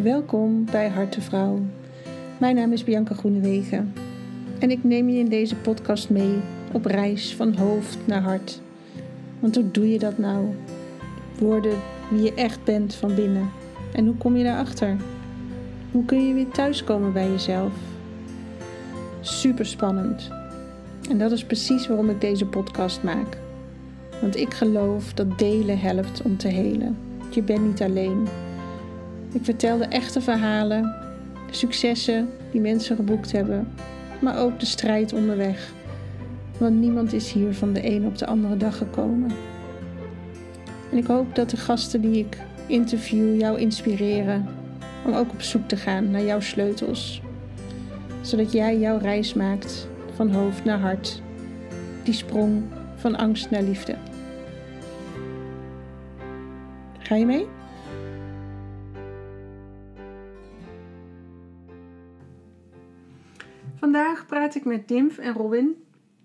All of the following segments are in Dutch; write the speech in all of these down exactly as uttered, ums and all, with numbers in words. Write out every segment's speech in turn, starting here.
Welkom bij Hartevrouw. Mijn naam is Bianca Groenewegen en ik neem je in deze podcast mee op reis van hoofd naar hart. Want hoe doe je dat nou? Worden wie je echt bent van binnen. En hoe kom je daarachter? Hoe kun je weer thuiskomen bij jezelf? Super spannend. En dat is precies waarom ik deze podcast maak. Want ik geloof dat delen helpt om te helen. Je bent niet alleen. Ik vertel de echte verhalen, de successen die mensen geboekt hebben, maar ook de strijd onderweg. Want niemand is hier van de een op de andere dag gekomen. En ik hoop dat de gasten die ik interview jou inspireren om ook op zoek te gaan naar jouw sleutels. Zodat jij jouw reis maakt van hoofd naar hart. Die sprong van angst naar liefde. Ga je mee? Vandaag praat ik met Dimf en Robin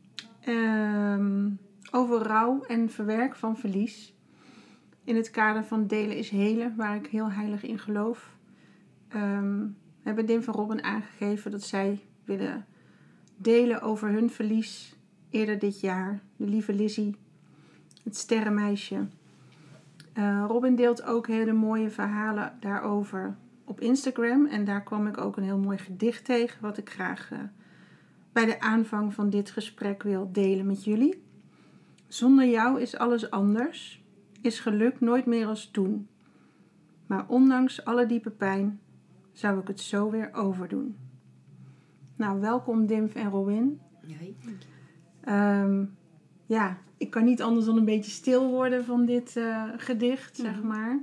um, over rouw en verwerk van verlies. In het kader van delen is helen, waar ik heel heilig in geloof. Um, hebben Dimf en Robin aangegeven dat zij willen delen over hun verlies eerder dit jaar. De lieve Lizzie, het sterrenmeisje. Uh, Robin deelt ook hele mooie verhalen daarover op Instagram. En daar kwam ik ook een heel mooi gedicht tegen, wat ik graag uh, bij de aanvang van dit gesprek wil delen met jullie. Zonder jou is alles anders, is geluk nooit meer als toen. Maar ondanks alle diepe pijn zou ik het zo weer overdoen. Nou, welkom Dimf en Robin. Nee, dank je. Um, ja, ik kan niet anders dan een beetje stil worden van dit uh, gedicht, zeg mm-hmm. maar.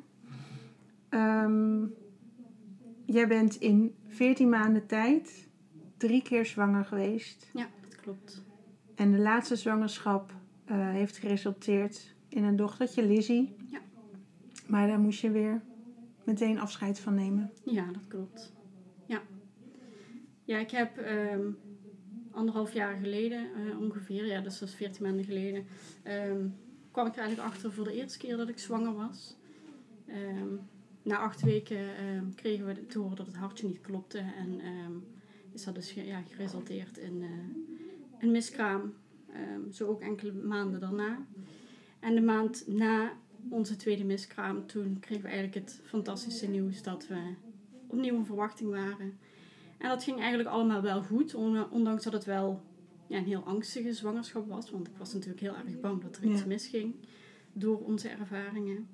Um, jij bent in veertien maanden tijd drie keer zwanger geweest. Ja, dat klopt. En de laatste zwangerschap uh, heeft geresulteerd in een dochtertje, Lizzie. Ja. Maar daar moest je weer meteen afscheid van nemen. Ja, dat klopt. Ja. Ja, ik heb um, anderhalf jaar geleden uh, ongeveer, ja, dus dat is veertien maanden geleden, um, kwam ik er eigenlijk achter voor de eerste keer dat ik zwanger was. Um, na acht weken um, kregen we te horen dat het hartje niet klopte en um, is dat dus ja, geresulteerd in uh, een miskraam. Um, zo ook enkele maanden daarna. En de maand na onze tweede miskraam, toen kregen we eigenlijk het fantastische nieuws dat we opnieuw in verwachting waren. En dat ging eigenlijk allemaal wel goed, ondanks dat het wel ja, een heel angstige zwangerschap was. Want ik was natuurlijk heel erg bang dat er iets ja. misging door onze ervaringen.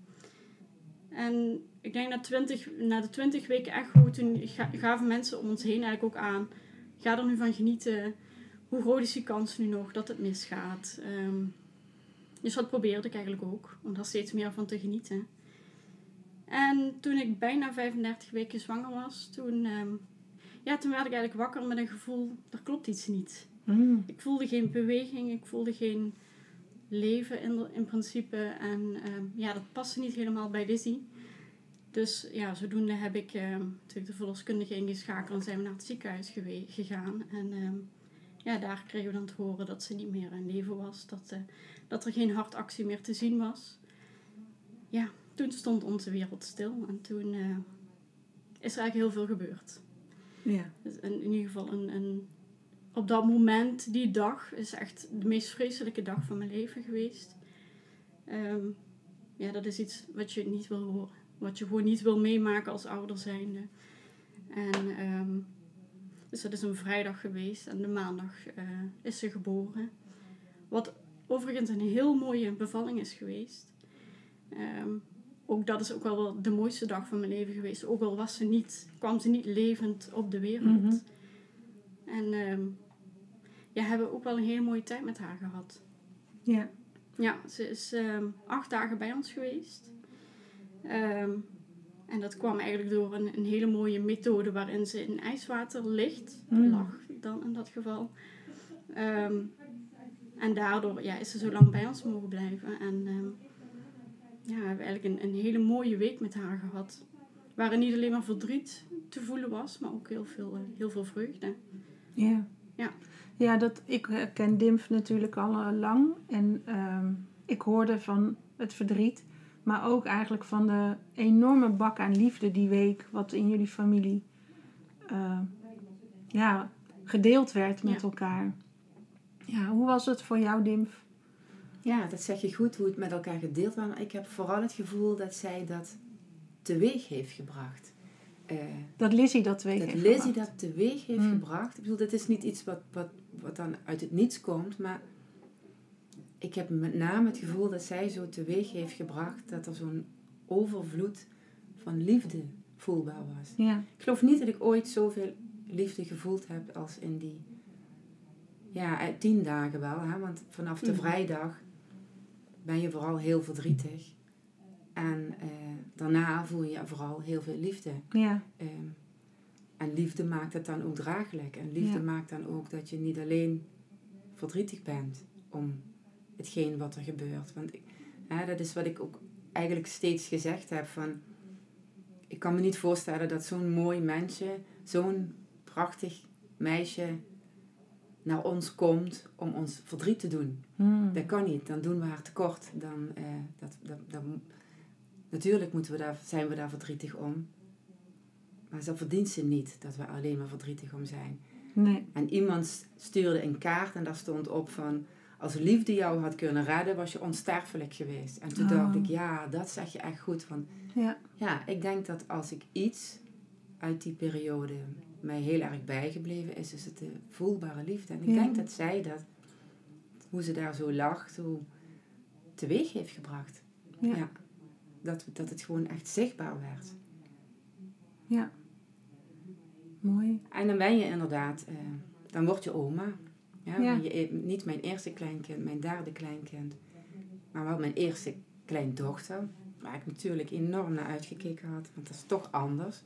En ik denk dat twintig, na de twintig weken echo, toen gaven mensen om ons heen eigenlijk ook aan, ga er nu van genieten. Hoe groot is die kans nu nog dat het misgaat? Um, dus dat probeerde ik eigenlijk ook, om daar steeds meer van te genieten. En toen ik bijna vijfendertig weken zwanger was, toen, um, ja, toen werd ik eigenlijk wakker met een gevoel, er klopt iets niet. Mm. Ik voelde geen beweging, ik voelde geen leven in, in principe. En um, ja, dat paste niet helemaal bij Lizzie. Dus ja, zodoende heb ik um, natuurlijk de verloskundige ingeschakeld en zijn we naar het ziekenhuis gewe- gegaan. En um, ja, daar kregen we dan te horen dat ze niet meer in leven was. Dat, uh, dat er geen hartactie meer te zien was. Ja, toen stond onze wereld stil. En toen uh, is er eigenlijk heel veel gebeurd. Ja. Dus in, in ieder geval een, een, op dat moment, die dag, is echt de meest vreselijke dag van mijn leven geweest. Um, ja, dat is iets wat je niet wil horen. Wat je gewoon niet wil meemaken als ouder zijnde. En um, dus dat is een vrijdag geweest. En de maandag uh, is ze geboren. Wat overigens een heel mooie bevalling is geweest. Um, ook dat is ook wel de mooiste dag van mijn leven geweest. Ook al was ze niet, kwam ze niet levend op de wereld. Mm-hmm. En um, ja, hebben we ook wel een hele mooie tijd met haar gehad. Ja. Ja, ze is um, acht dagen bij ons geweest. Um, en dat kwam eigenlijk door een, een hele mooie methode waarin ze in ijswater ligt, mm. lag dan in dat geval. Um, en daardoor ja, is ze zo lang bij ons mogen blijven. En um, ja, we hebben eigenlijk een, een hele mooie week met haar gehad. Waarin niet alleen maar verdriet te voelen was, maar ook heel veel, uh, heel veel vreugde. Ja. Ja. Ja, dat, ik ken Dimf natuurlijk al uh, lang. En um, ik hoorde van het verdriet Maar ook eigenlijk van de enorme bak aan liefde die week. Wat in jullie familie uh, ja, gedeeld werd met ja. elkaar. Ja, hoe was het voor jou, Dimf? Ja, dat zeg je goed, hoe het met elkaar gedeeld werd. Maar ik heb vooral het gevoel dat zij dat teweeg heeft gebracht. Uh, dat Lizzie dat teweeg dat heeft Lizzie gebracht. dat teweeg heeft mm. gebracht. Ik bedoel, dat is niet iets wat, wat, wat dan uit het niets komt. Maar ik heb met name het gevoel dat zij zo teweeg heeft gebracht. Dat er zo'n overvloed van liefde voelbaar was. Ja. Ik geloof niet dat ik ooit zoveel liefde gevoeld heb als in die... Ja, tien dagen wel. Hè? Want vanaf de mm. vrijdag ben je vooral heel verdrietig. En uh, daarna voel je vooral heel veel liefde. Ja. Um, en liefde maakt het dan ook draaglijk. En liefde ja. maakt dan ook dat je niet alleen verdrietig bent om hetgeen wat er gebeurt. Want ik, hè, dat is wat ik ook eigenlijk steeds gezegd heb. Van, ik kan me niet voorstellen dat zo'n mooi mensje, zo'n prachtig meisje naar ons komt om ons verdriet te doen. Hmm. Dat kan niet. Dan doen we haar tekort. Dan, uh, dat, dat, dat, natuurlijk moeten we daar, zijn we daar verdrietig om. Maar dat verdient ze niet, dat we alleen maar verdrietig om zijn. Nee. En iemand stuurde een kaart en daar stond op van... Als liefde jou had kunnen redden, was je onsterfelijk geweest. En toen oh. dacht ik, ja, dat zeg je echt goed. Van, ja. ja, ik denk dat als ik iets uit die periode mij heel erg bijgebleven is, is het de voelbare liefde. En ik ja. denk dat zij dat, hoe ze daar zo lag, zo teweeg heeft gebracht. Ja. ja. Dat, dat het gewoon echt zichtbaar werd. Ja. Mooi. En dan ben je inderdaad, uh, dan word je oma. Ja, ja. Je, niet mijn eerste kleinkind, mijn derde kleinkind. Maar wel mijn eerste kleindochter. Waar ik natuurlijk enorm naar uitgekeken had. Want dat is toch anders.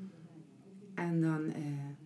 En dan, uh,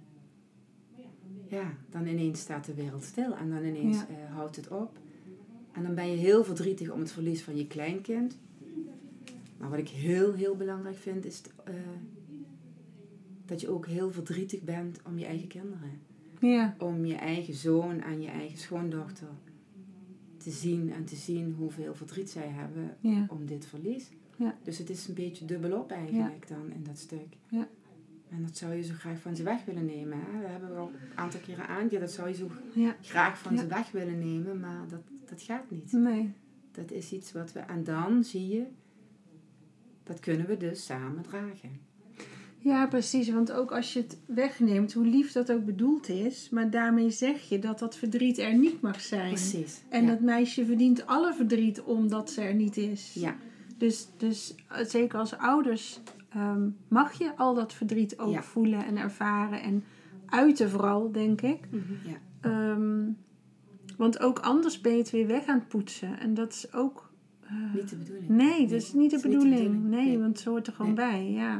ja, dan ineens staat de wereld stil. En dan ineens ja. uh, houdt het op. En dan ben je heel verdrietig om het verlies van je kleinkind. Maar wat ik heel, heel belangrijk vind, is uh, dat je ook heel verdrietig bent om je eigen kinderen. Ja. Om je eigen zoon en je eigen schoondochter te zien en te zien hoeveel verdriet zij hebben ja. om dit verlies. Ja. Dus het is een beetje dubbelop eigenlijk ja. dan in dat stuk. Ja. En dat zou je zo graag van ze weg willen nemen. Hè? Dat hebben we al een aantal keren aangegeven. Dat zou je zo ja. graag van ja. ze weg willen nemen, maar dat, dat gaat niet. Nee. Dat is iets wat we... En dan zie je, dat kunnen we dus samen dragen. Ja, precies. Want ook als je het wegneemt, hoe lief dat ook bedoeld is, maar daarmee zeg je dat dat verdriet er niet mag zijn. Precies. En ja. dat meisje verdient alle verdriet omdat ze er niet is. Ja. Dus, dus zeker als ouders um, mag je al dat verdriet ook ja. voelen en ervaren en uiten vooral, denk ik. Mm-hmm. Ja. Um, want ook anders ben je het weer weg aan het poetsen. En dat is ook... Uh, niet de bedoeling. Nee, dat is niet de, dat bedoeling. Niet de bedoeling. Nee, nee, want ze hoort er gewoon nee. bij, ja.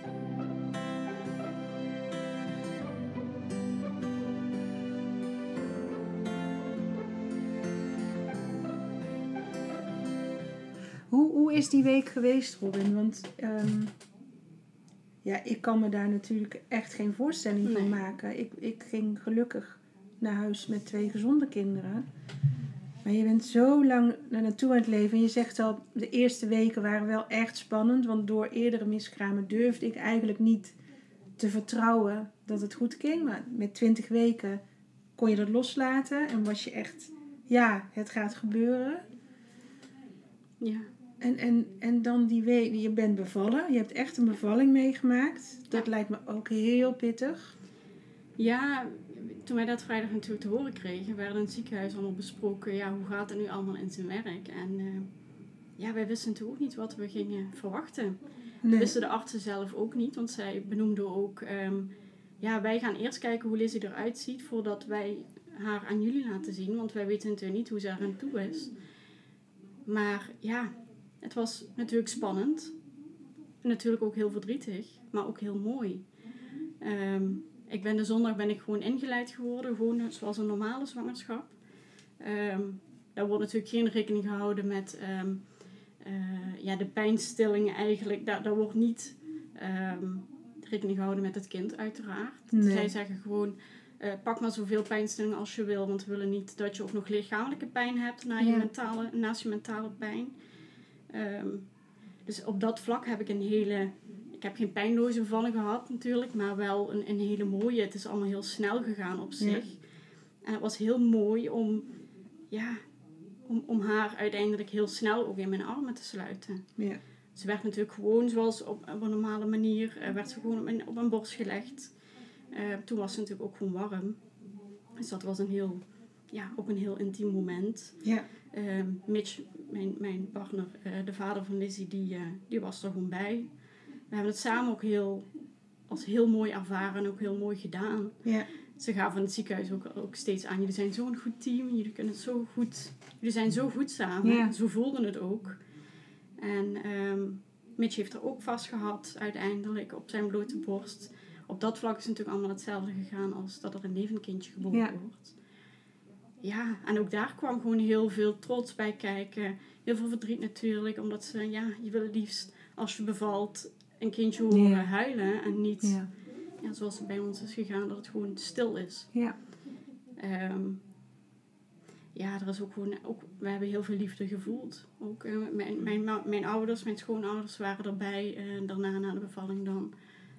Hoe, hoe is die week geweest, Robin? Want um, ja, ik kan me daar natuurlijk echt geen voorstelling nee. van maken. Ik, ik ging gelukkig naar huis met twee gezonde kinderen. Maar je bent zo lang naar naartoe aan het leven. En je zegt al, de eerste weken waren wel echt spannend. Want door eerdere miskramen durfde ik eigenlijk niet te vertrouwen dat het goed ging. Maar met twintig weken kon je dat loslaten. En was je echt, ja, het gaat gebeuren. Ja. En, en, en dan die week, je bent bevallen. Je hebt echt een bevalling meegemaakt. Dat ja. lijkt me ook heel pittig. Ja, toen wij dat vrijdag natuurlijk te horen kregen, werden in het ziekenhuis allemaal besproken. Ja, hoe gaat het nu allemaal in zijn werk? En uh, ja, wij wisten natuurlijk ook niet wat we gingen verwachten. Nee. We wisten de artsen zelf ook niet, want zij benoemden ook... Um, ja, wij gaan eerst kijken hoe Lizzie eruit ziet voordat wij haar aan jullie laten zien. Want wij weten natuurlijk niet hoe ze er aan toe is. Maar ja... Het was natuurlijk spannend. En natuurlijk ook heel verdrietig. Maar ook heel mooi. Um, ik ben de zondag ben ik gewoon ingeleid geworden. Gewoon zoals een normale zwangerschap. Um, daar wordt natuurlijk geen rekening gehouden met um, uh, ja, de pijnstillingen eigenlijk. Daar, daar wordt niet um, rekening gehouden met het kind uiteraard. Nee. Zij zeggen gewoon... Uh, pak maar zoveel pijnstillingen als je wil. Want we willen niet dat je ook nog lichamelijke pijn hebt na je ja. mentale, naast je mentale pijn. Um, dus op dat vlak heb ik een hele... Ik heb geen pijnloze bevalling gehad natuurlijk, maar wel een, een hele mooie. Het is allemaal heel snel gegaan op zich. Ja. En het was heel mooi om, ja, om, om haar uiteindelijk heel snel ook in mijn armen te sluiten. Ja. Ze werd natuurlijk gewoon zoals op, op een normale manier, uh, werd ze gewoon op mijn, op mijn borst gelegd. Uh, toen was ze natuurlijk ook gewoon warm. Dus dat was een heel, ja, ook een heel intiem moment. Ja. Uh, Mitch, mijn, mijn partner, uh, de vader van Lizzie, die, uh, die was er gewoon bij. We hebben het samen ook heel, als heel mooi ervaren en ook heel mooi gedaan. Ja. Ze gaven in het ziekenhuis ook, ook steeds aan, jullie zijn zo'n goed team, jullie kunnen het zo goed, jullie zijn zo goed samen. Ja. Zo voelden het ook. En um, Mitch heeft er ook vast gehad uiteindelijk op zijn blote borst. Op dat vlak is het natuurlijk allemaal hetzelfde gegaan als dat er een levend kindje geboren ja. wordt. Ja, en ook daar kwam gewoon heel veel trots bij kijken. Heel veel verdriet natuurlijk, omdat ze, ja, je wil het liefst als je bevalt een kindje horen ja. huilen en niet ja. Ja, zoals het bij ons is gegaan, dat het gewoon stil is. Ja. Um, ja, er is ook gewoon, ook, we hebben heel veel liefde gevoeld. Ook uh, mijn, mijn, mijn ouders, mijn schoonouders waren erbij en uh, daarna na de bevalling dan.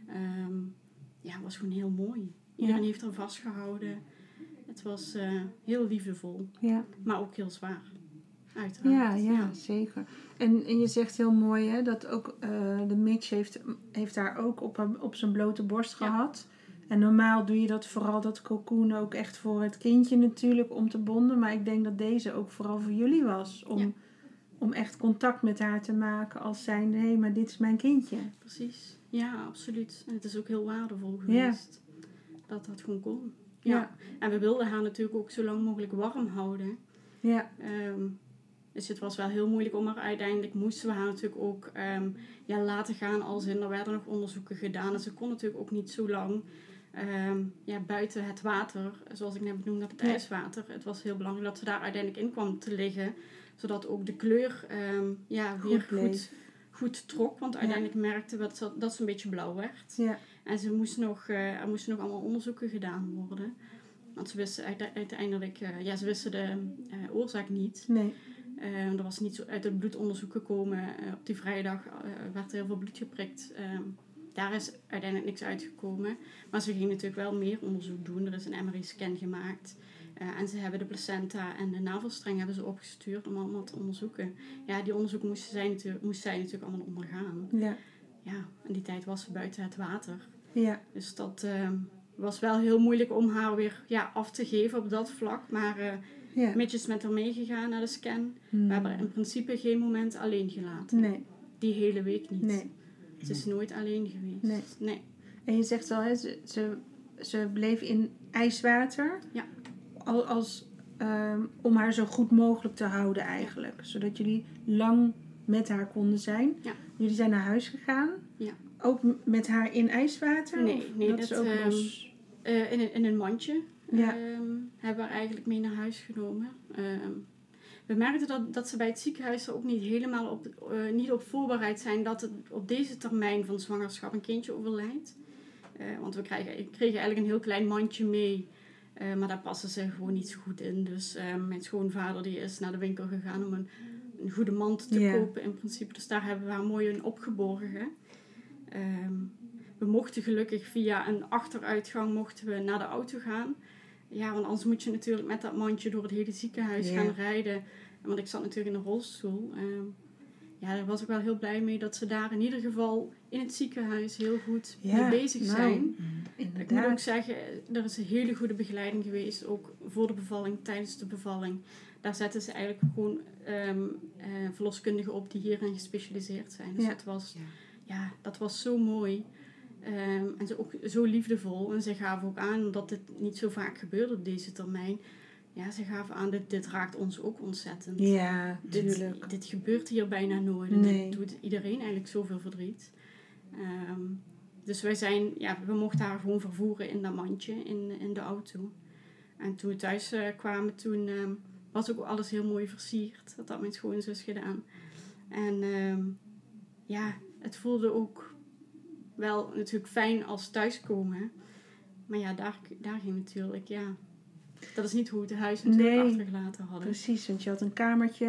Um, ja, het was gewoon heel mooi. Iedereen ja. heeft er vastgehouden. Het was uh, heel liefdevol, ja. maar ook heel zwaar. Uiteraard. Ja, ja, ja. zeker. En, en je zegt heel mooi hè, dat ook uh, de Mitch heeft, heeft haar ook op, op zijn blote borst ja. gehad. En normaal doe je dat vooral, dat cocoon, ook echt voor het kindje natuurlijk, om te bonden. Maar ik denk dat deze ook vooral voor jullie was. Om, ja. om echt contact met haar te maken als zijnde, hé, maar dit is mijn kindje. Precies. Ja, absoluut. En het is ook heel waardevol geweest ja. dat dat gewoon kon. Ja. ja. En we wilden haar natuurlijk ook zo lang mogelijk warm houden. Ja. Um, dus het was wel heel moeilijk om haar uiteindelijk moesten we haar natuurlijk ook um, ja, laten gaan als in, er werden nog onderzoeken gedaan. En ze kon natuurlijk ook niet zo lang um, ja, buiten het water, zoals ik net benoemde, het ja. ijswater. Het was heel belangrijk dat ze daar uiteindelijk in kwam te liggen. Zodat ook de kleur um, ja, weer goed, goed, goed trok. Want uiteindelijk ja. merkten we dat ze, dat ze een beetje blauw werd. Ja. En ze moest nog, uh, er moesten nog allemaal onderzoeken gedaan worden. Want ze wisten uiteindelijk, uh, ja, ze wisten de uh, oorzaak niet. Nee. Uh, er was niet zo uit het bloedonderzoek gekomen. Uh, op die vrijdag uh, werd er heel veel bloed geprikt. Uh, daar is uiteindelijk niks uitgekomen. Maar ze gingen natuurlijk wel meer onderzoek doen. Er is een M R I-scan gemaakt. Uh, en ze hebben de placenta en de navelstreng hebben ze opgestuurd om allemaal te onderzoeken. Ja, die onderzoeken moesten zij natuurlijk, moest zij natuurlijk allemaal ondergaan. Ja. Ja, in die tijd was ze buiten het water. Ja. Dus dat uh, was wel heel moeilijk om haar weer ja, af te geven op dat vlak. Maar... Uh, Ja. Mitch is met haar meegegaan naar de scan. Hmm. We hebben haar in principe geen moment alleen gelaten. Nee. Die hele week niet. Nee. Ze is nooit alleen geweest. Nee. nee. En je zegt al, hè, ze, ze, ze bleef in ijswater. Ja. Al, als, um, om haar zo goed mogelijk te houden eigenlijk. Ja. Zodat jullie lang met haar konden zijn. Ja. Jullie zijn naar huis gegaan. Ja. Ook met haar in ijswater? Nee, nee dat, dat is ook um, los? Uh, in, een, in een mandje. Ja. Um, hebben we haar eigenlijk mee naar huis genomen. Um, we merkten dat, dat ze bij het ziekenhuis er ook niet helemaal op, uh, niet op voorbereid zijn dat het op deze termijn van zwangerschap een kindje overlijdt. Uh, want we kregen, kregen eigenlijk een heel klein mandje mee. Uh, maar daar passen ze gewoon niet zo goed in. Dus uh, mijn schoonvader die is naar de winkel gegaan om een, een goede mand te yeah. kopen in principe. Dus daar hebben we haar mooi in opgeborgen. Um, we mochten gelukkig via een achteruitgang mochten we naar de auto gaan. Ja, want anders moet je natuurlijk met dat mandje door het hele ziekenhuis yeah. gaan rijden. Want ik zat natuurlijk in een rolstoel. Um, ja, daar was ik wel heel blij mee dat ze daar in ieder geval in het ziekenhuis heel goed ja, mee bezig nou, zijn. Mm, ik moet ook zeggen, er is een hele goede begeleiding geweest, ook voor de bevalling, tijdens de bevalling. Daar zetten ze eigenlijk gewoon um, uh, verloskundigen op die hierin gespecialiseerd zijn. Dus ja. het was, ja. ja, dat was zo mooi. Um, en ze ook zo liefdevol. En ze gaven ook aan dat dit niet zo vaak gebeurde op deze termijn. Ja, ze gaven aan, dit, dit raakt ons ook ontzettend. Ja, dit, tuurlijk. Dit gebeurt hier bijna nooit. En nee. dit doet iedereen eigenlijk zoveel verdriet. Um, dus wij zijn, ja, we mochten haar gewoon vervoeren in dat mandje, in, in de auto. En toen we thuis uh, kwamen, toen um, was ook alles heel mooi versierd. Dat had mijn schoonzus gedaan. En um, ja, het voelde ook wel natuurlijk fijn als thuiskomen. Maar ja, daar, daar ging natuurlijk, ja... Dat is niet hoe we het huis natuurlijk nee, achtergelaten hadden. Precies, want je had een kamertje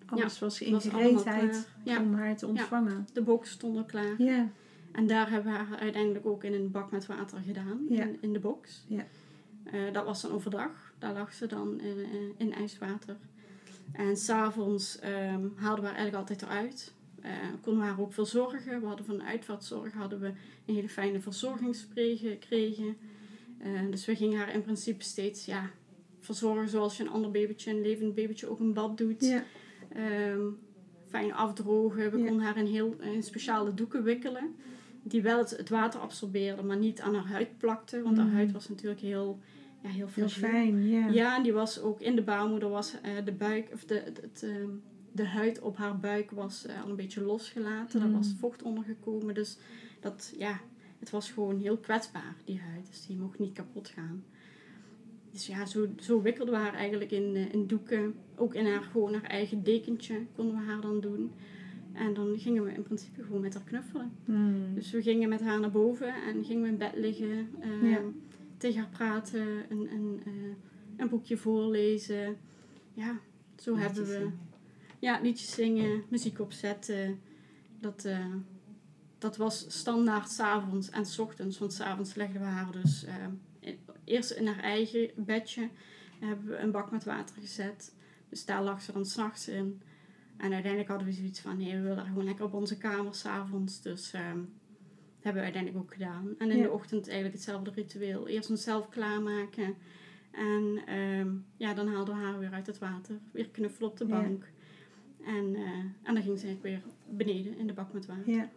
Alles ja, was in was gereedheid ja. om haar te ontvangen. Ja, de box stonden klaar. Ja. En daar hebben we haar uiteindelijk ook in een bak met water gedaan. Ja. In, in de box. Ja. Uh, dat was dan overdag. Daar lag ze dan in, in ijswater. En s'avonds um, haalden we haar eigenlijk altijd eruit. Uh, konden we haar ook verzorgen. We hadden van de uitvaartzorg hadden we een hele fijne verzorgingsspray gekregen. Uh, dus we gingen haar in principe steeds ja, verzorgen zoals je een ander babytje, een levend babytje ook een bad doet. Ja. Um, fijn afdrogen. We ja. konden haar in heel in speciale doeken wikkelen. Die wel het, het water absorbeerden, maar niet aan haar huid plakten. Want mm. haar huid was natuurlijk heel, ja, heel, heel fijn. Ja. ja, en die was ook in de baarmoeder was uh, de buik, of de, het, het, uh, de huid op haar buik was uh, al een beetje losgelaten. Mm. Er was vocht ondergekomen. Dus dat, ja, het was gewoon heel kwetsbaar, die huid. Dus die mocht niet kapot gaan. Dus ja, zo, zo wikkelden we haar eigenlijk in, uh, in doeken. Ook in haar, gewoon haar eigen dekentje konden we haar dan doen. En dan gingen we in principe gewoon met haar knuffelen. Mm. Dus we gingen met haar naar boven en gingen we in bed liggen. Uh, ja. Tegen haar praten, een, een, uh, een boekje voorlezen. Ja, zo liedjes hebben we... Zingen. Ja, liedjes zingen, muziek opzetten. Dat, uh, dat was standaard 's avonds en 's ochtends. Want 's avonds legden we haar dus... Uh, in, eerst in haar eigen bedje hebben we een bak met water gezet. Dus daar lag ze dan 's nachts in. En uiteindelijk hadden we zoiets van... Nee, we willen haar gewoon lekker op onze kamer 's avonds. Dus... Uh, hebben we uiteindelijk ook gedaan. En in ja. de ochtend eigenlijk hetzelfde ritueel. Eerst onszelf klaarmaken. En um, ja, dan haalden we haar weer uit het water. Weer knuffelen op de bank. Ja. En, uh, en dan ging ze weer beneden in de bak met water. Ja.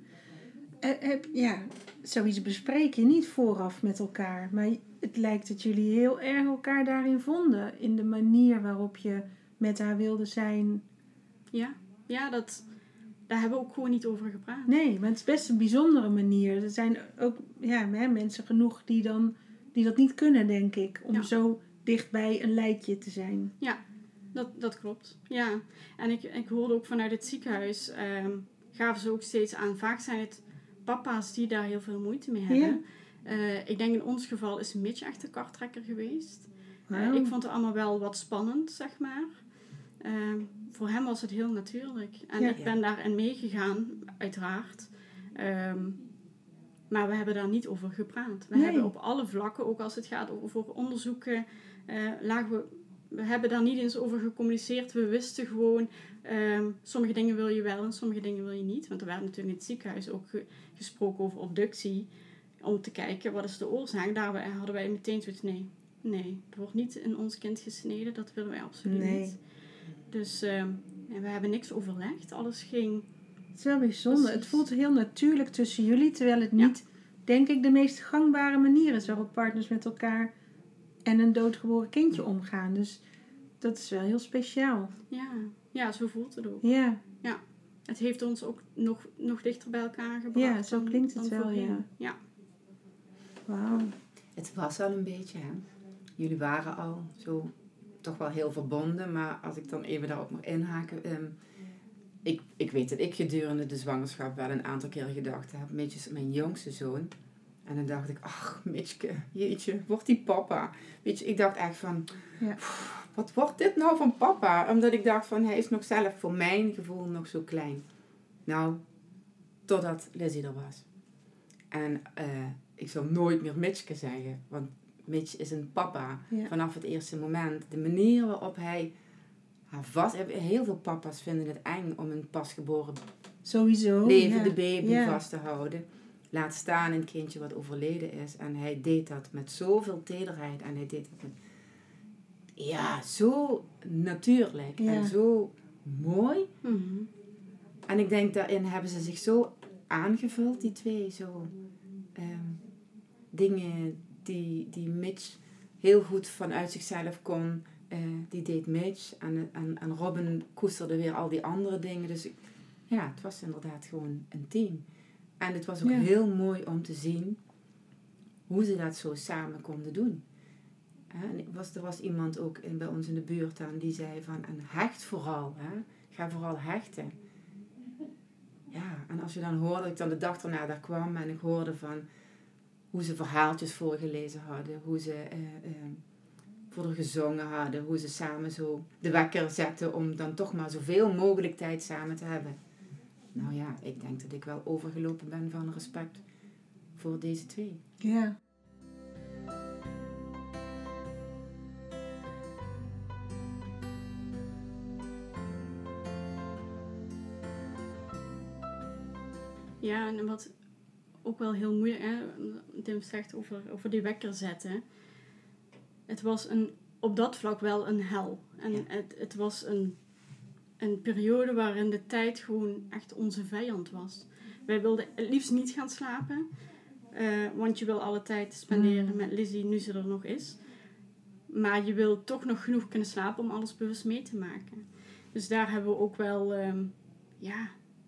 Uh, heb, ja, zoiets bespreek je niet vooraf met elkaar. Maar het lijkt dat jullie heel erg elkaar daarin vonden. In de manier waarop je met haar wilde zijn. Ja, ja dat... Daar hebben we ook gewoon niet over gepraat. Nee, maar het is best een bijzondere manier. Er zijn ook ja, mensen genoeg die, dan, die dat niet kunnen, denk ik. Om ja. zo dichtbij een lijkje te zijn. Ja, dat, dat klopt. Ja. En ik, ik hoorde ook vanuit het ziekenhuis... Um, gaven ze ook steeds aan... Vaak zijn het papa's die daar heel veel moeite mee hebben. Ja. Uh, ik denk in ons geval is Mitch echt de karttrekker geweest. Wow. Uh, ik vond het allemaal wel wat spannend, zeg maar. Uh, voor hem was het heel natuurlijk. En ja, ik ben ja. daarin meegegaan, uiteraard. Um, maar we hebben daar niet over gepraat. We nee. hebben op alle vlakken, ook als het gaat over onderzoeken... Uh, lagen we, we hebben daar niet eens over gecommuniceerd. We wisten gewoon... Um, sommige dingen wil je wel en sommige dingen wil je niet. Want er werd natuurlijk in het ziekenhuis ook ge, gesproken over obductie. Om te kijken, wat is de oorzaak? Daar hadden wij meteen zoiets... Nee, nee, er wordt niet in ons kind gesneden. Dat willen wij absoluut nee. niet. Dus uh, en we hebben niks overlegd. Alles ging... Het is wel bijzonder. Precies. Het voelt heel natuurlijk tussen jullie. Terwijl het niet, ja. denk ik, de meest gangbare manier is waarop partners met elkaar en een doodgeboren kindje omgaan. Dus dat is wel heel speciaal. Ja, ja zo voelt het ook. Ja. ja. Het heeft ons ook nog, nog dichter bij elkaar gebracht. Ja, zo klinkt het wel, ja. ja. Wauw. Het was al een beetje, hè. Jullie waren al zo... toch wel heel verbonden, maar als ik dan even daarop mag inhaken... Um, ik, ik weet dat ik gedurende de zwangerschap wel een aantal keer gedacht heb... Mitch is mijn jongste zoon. En dan dacht ik, ach, Mitchke, jeetje, wordt die papa? Weet je, ik dacht echt van... Ja. Wat wordt dit nou van papa? Omdat ik dacht van, hij is nog zelf voor mijn gevoel nog zo klein. Nou, totdat Lizzie er was. En uh, ik zou nooit meer Mitchke zeggen, want... Mitch is een papa ja. vanaf het eerste moment. De manier waarop hij haar vast... Heel veel papa's vinden het eng om een pasgeboren Sowieso, levende ja. baby ja. vast te houden. Laat staan een kindje wat overleden is. En hij deed dat met zoveel tederheid. En hij deed dat met... Ja, zo natuurlijk. Ja. En zo mooi. Mm-hmm. En ik denk daarin hebben ze zich zo aangevuld, die twee. Zo um, dingen... Die, die Mitch heel goed vanuit zichzelf kon. Uh, die deed Mitch. En, en, en Robin koesterde weer al die andere dingen. Dus ik, ja, het was inderdaad gewoon een team. En het was ook ja. heel mooi om te zien hoe ze dat zo samen konden doen. Uh, en ik was, er was iemand ook in, bij ons in de buurt aan die zei van... En hecht vooral. Hè? Ga vooral hechten. Ja, en als je dan hoorde... Ik dan de dag erna daar kwam en ik hoorde van... Hoe ze verhaaltjes voorgelezen hadden. Hoe ze uh, uh, voor haar gezongen hadden. Hoe ze samen zo de wekker zetten om dan toch maar zoveel mogelijk tijd samen te hebben. Nou ja, ik denk dat ik wel overgelopen ben van respect voor deze twee. Ja. Ja, en wat ook wel heel moeilijk, hè, Tim zegt over, over die wekker zetten. Het was een, op dat vlak wel een hel. En Ja. het, het was een, een periode waarin de tijd gewoon echt onze vijand was. Wij wilden het liefst niet gaan slapen, uh, want je wil alle tijd spenderen Mm. met Lizzie nu ze er nog is. Maar je wil toch nog genoeg kunnen slapen om alles bewust mee te maken. Dus daar hebben we ook wel, um, ja...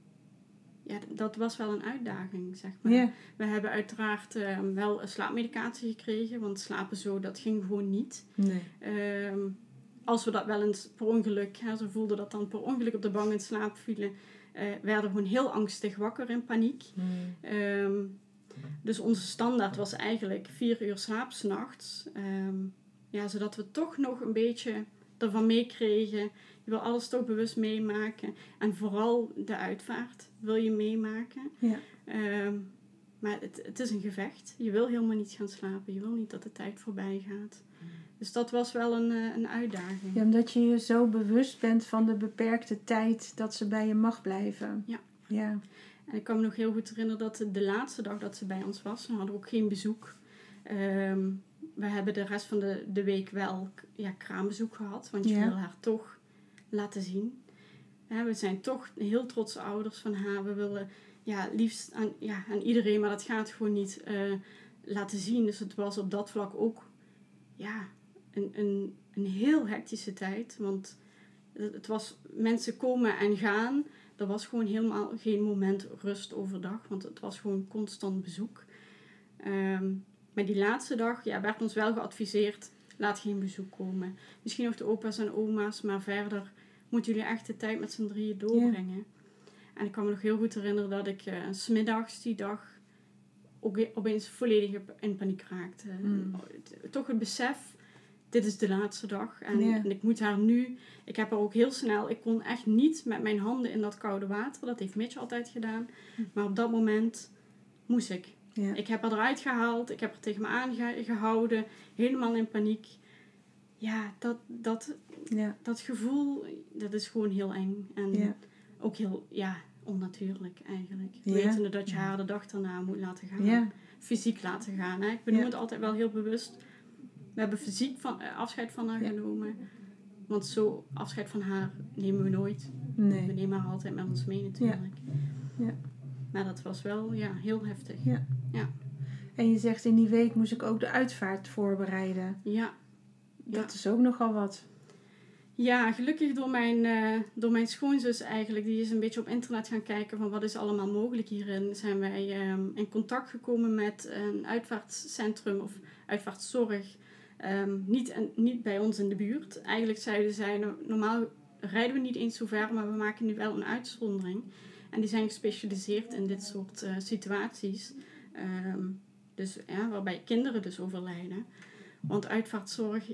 Ja, dat was wel een uitdaging, zeg maar. Yeah. We hebben uiteraard uh, wel een slaapmedicatie gekregen, want slapen zo, dat ging gewoon niet. Nee. Um, als we dat wel eens per ongeluk, hè, ze voelden dat dan per ongeluk op de bank in slaap vielen, uh, werden we gewoon heel angstig wakker in paniek. Mm. Um, dus onze standaard was eigenlijk vier uur slaap 's nachts. Um, ja, zodat we toch nog een beetje ervan meekregen. Je wil alles toch bewust meemaken. En vooral de uitvaart wil je meemaken. Ja. Um, maar het, het is een gevecht. Je wil helemaal niet gaan slapen. Je wil niet dat de tijd voorbij gaat. Dus dat was wel een, een uitdaging. Ja, omdat je je zo bewust bent van de beperkte tijd dat ze bij je mag blijven. Ja. Ja. En ik kan me nog heel goed herinneren dat de laatste dag dat ze bij ons was, we hadden ook geen bezoek. Um, we hebben de rest van de, de week wel ja, kraambezoek gehad. Want je Ja. wil haar toch laten zien. Ja, we zijn toch heel trotse ouders van haar. We willen ja, liefst aan, ja, aan iedereen, maar dat gaat gewoon niet uh, laten zien. Dus het was op dat vlak ook ja, een, een, een heel hectische tijd. Want het, het was mensen komen en gaan. Er was gewoon helemaal geen moment rust overdag. Want het was gewoon constant bezoek. Um, maar die laatste dag ja, werd ons wel geadviseerd, laat geen bezoek komen. Misschien nog de opa's en oma's, maar verder moeten jullie echt de tijd met z'n drieën doorbrengen. Yeah. En ik kan me nog heel goed herinneren dat ik uh, 's middags die dag ook opeens volledig in paniek raakte. Mm. Toch het besef, dit is de laatste dag. En, yeah. en ik moet haar nu, ik heb haar ook heel snel, ik kon echt niet met mijn handen in dat koude water. Dat heeft Mitch altijd gedaan. Mm. Maar op dat moment moest ik. Ja. Ik heb haar eruit gehaald, ik heb haar tegen me aangehouden, helemaal in paniek. Ja, dat, dat, ja. dat gevoel, dat is gewoon heel eng. En ja. ook heel, ja, onnatuurlijk eigenlijk. Ja. Wetende dat je haar de dag daarna moet laten gaan. Ja. Fysiek laten gaan. Hè. Ik benoem ja. het altijd wel heel bewust. We hebben fysiek van, uh, afscheid van haar ja. genomen. Want zo afscheid van haar nemen we nooit. Nee. We nemen haar altijd met ons mee natuurlijk. Ja. Ja. Maar dat was wel ja, heel heftig. Ja. Ja. En je zegt in die week moest ik ook de uitvaart voorbereiden. Ja. Dat ja. is ook nogal wat. Ja, gelukkig door mijn, uh, door mijn schoonzus eigenlijk. Die is een beetje op internet gaan kijken van wat is allemaal mogelijk hierin. Zijn wij um, in contact gekomen met een uitvaartcentrum of uitvaartzorg. Um, niet, en, niet bij ons in de buurt. Eigenlijk zeiden zij, no, normaal rijden we niet eens zo ver, maar we maken nu wel een uitzondering. En die zijn gespecialiseerd in dit soort uh, situaties. Um, dus, ja, waarbij kinderen dus overlijden. Want uitvaartzorg,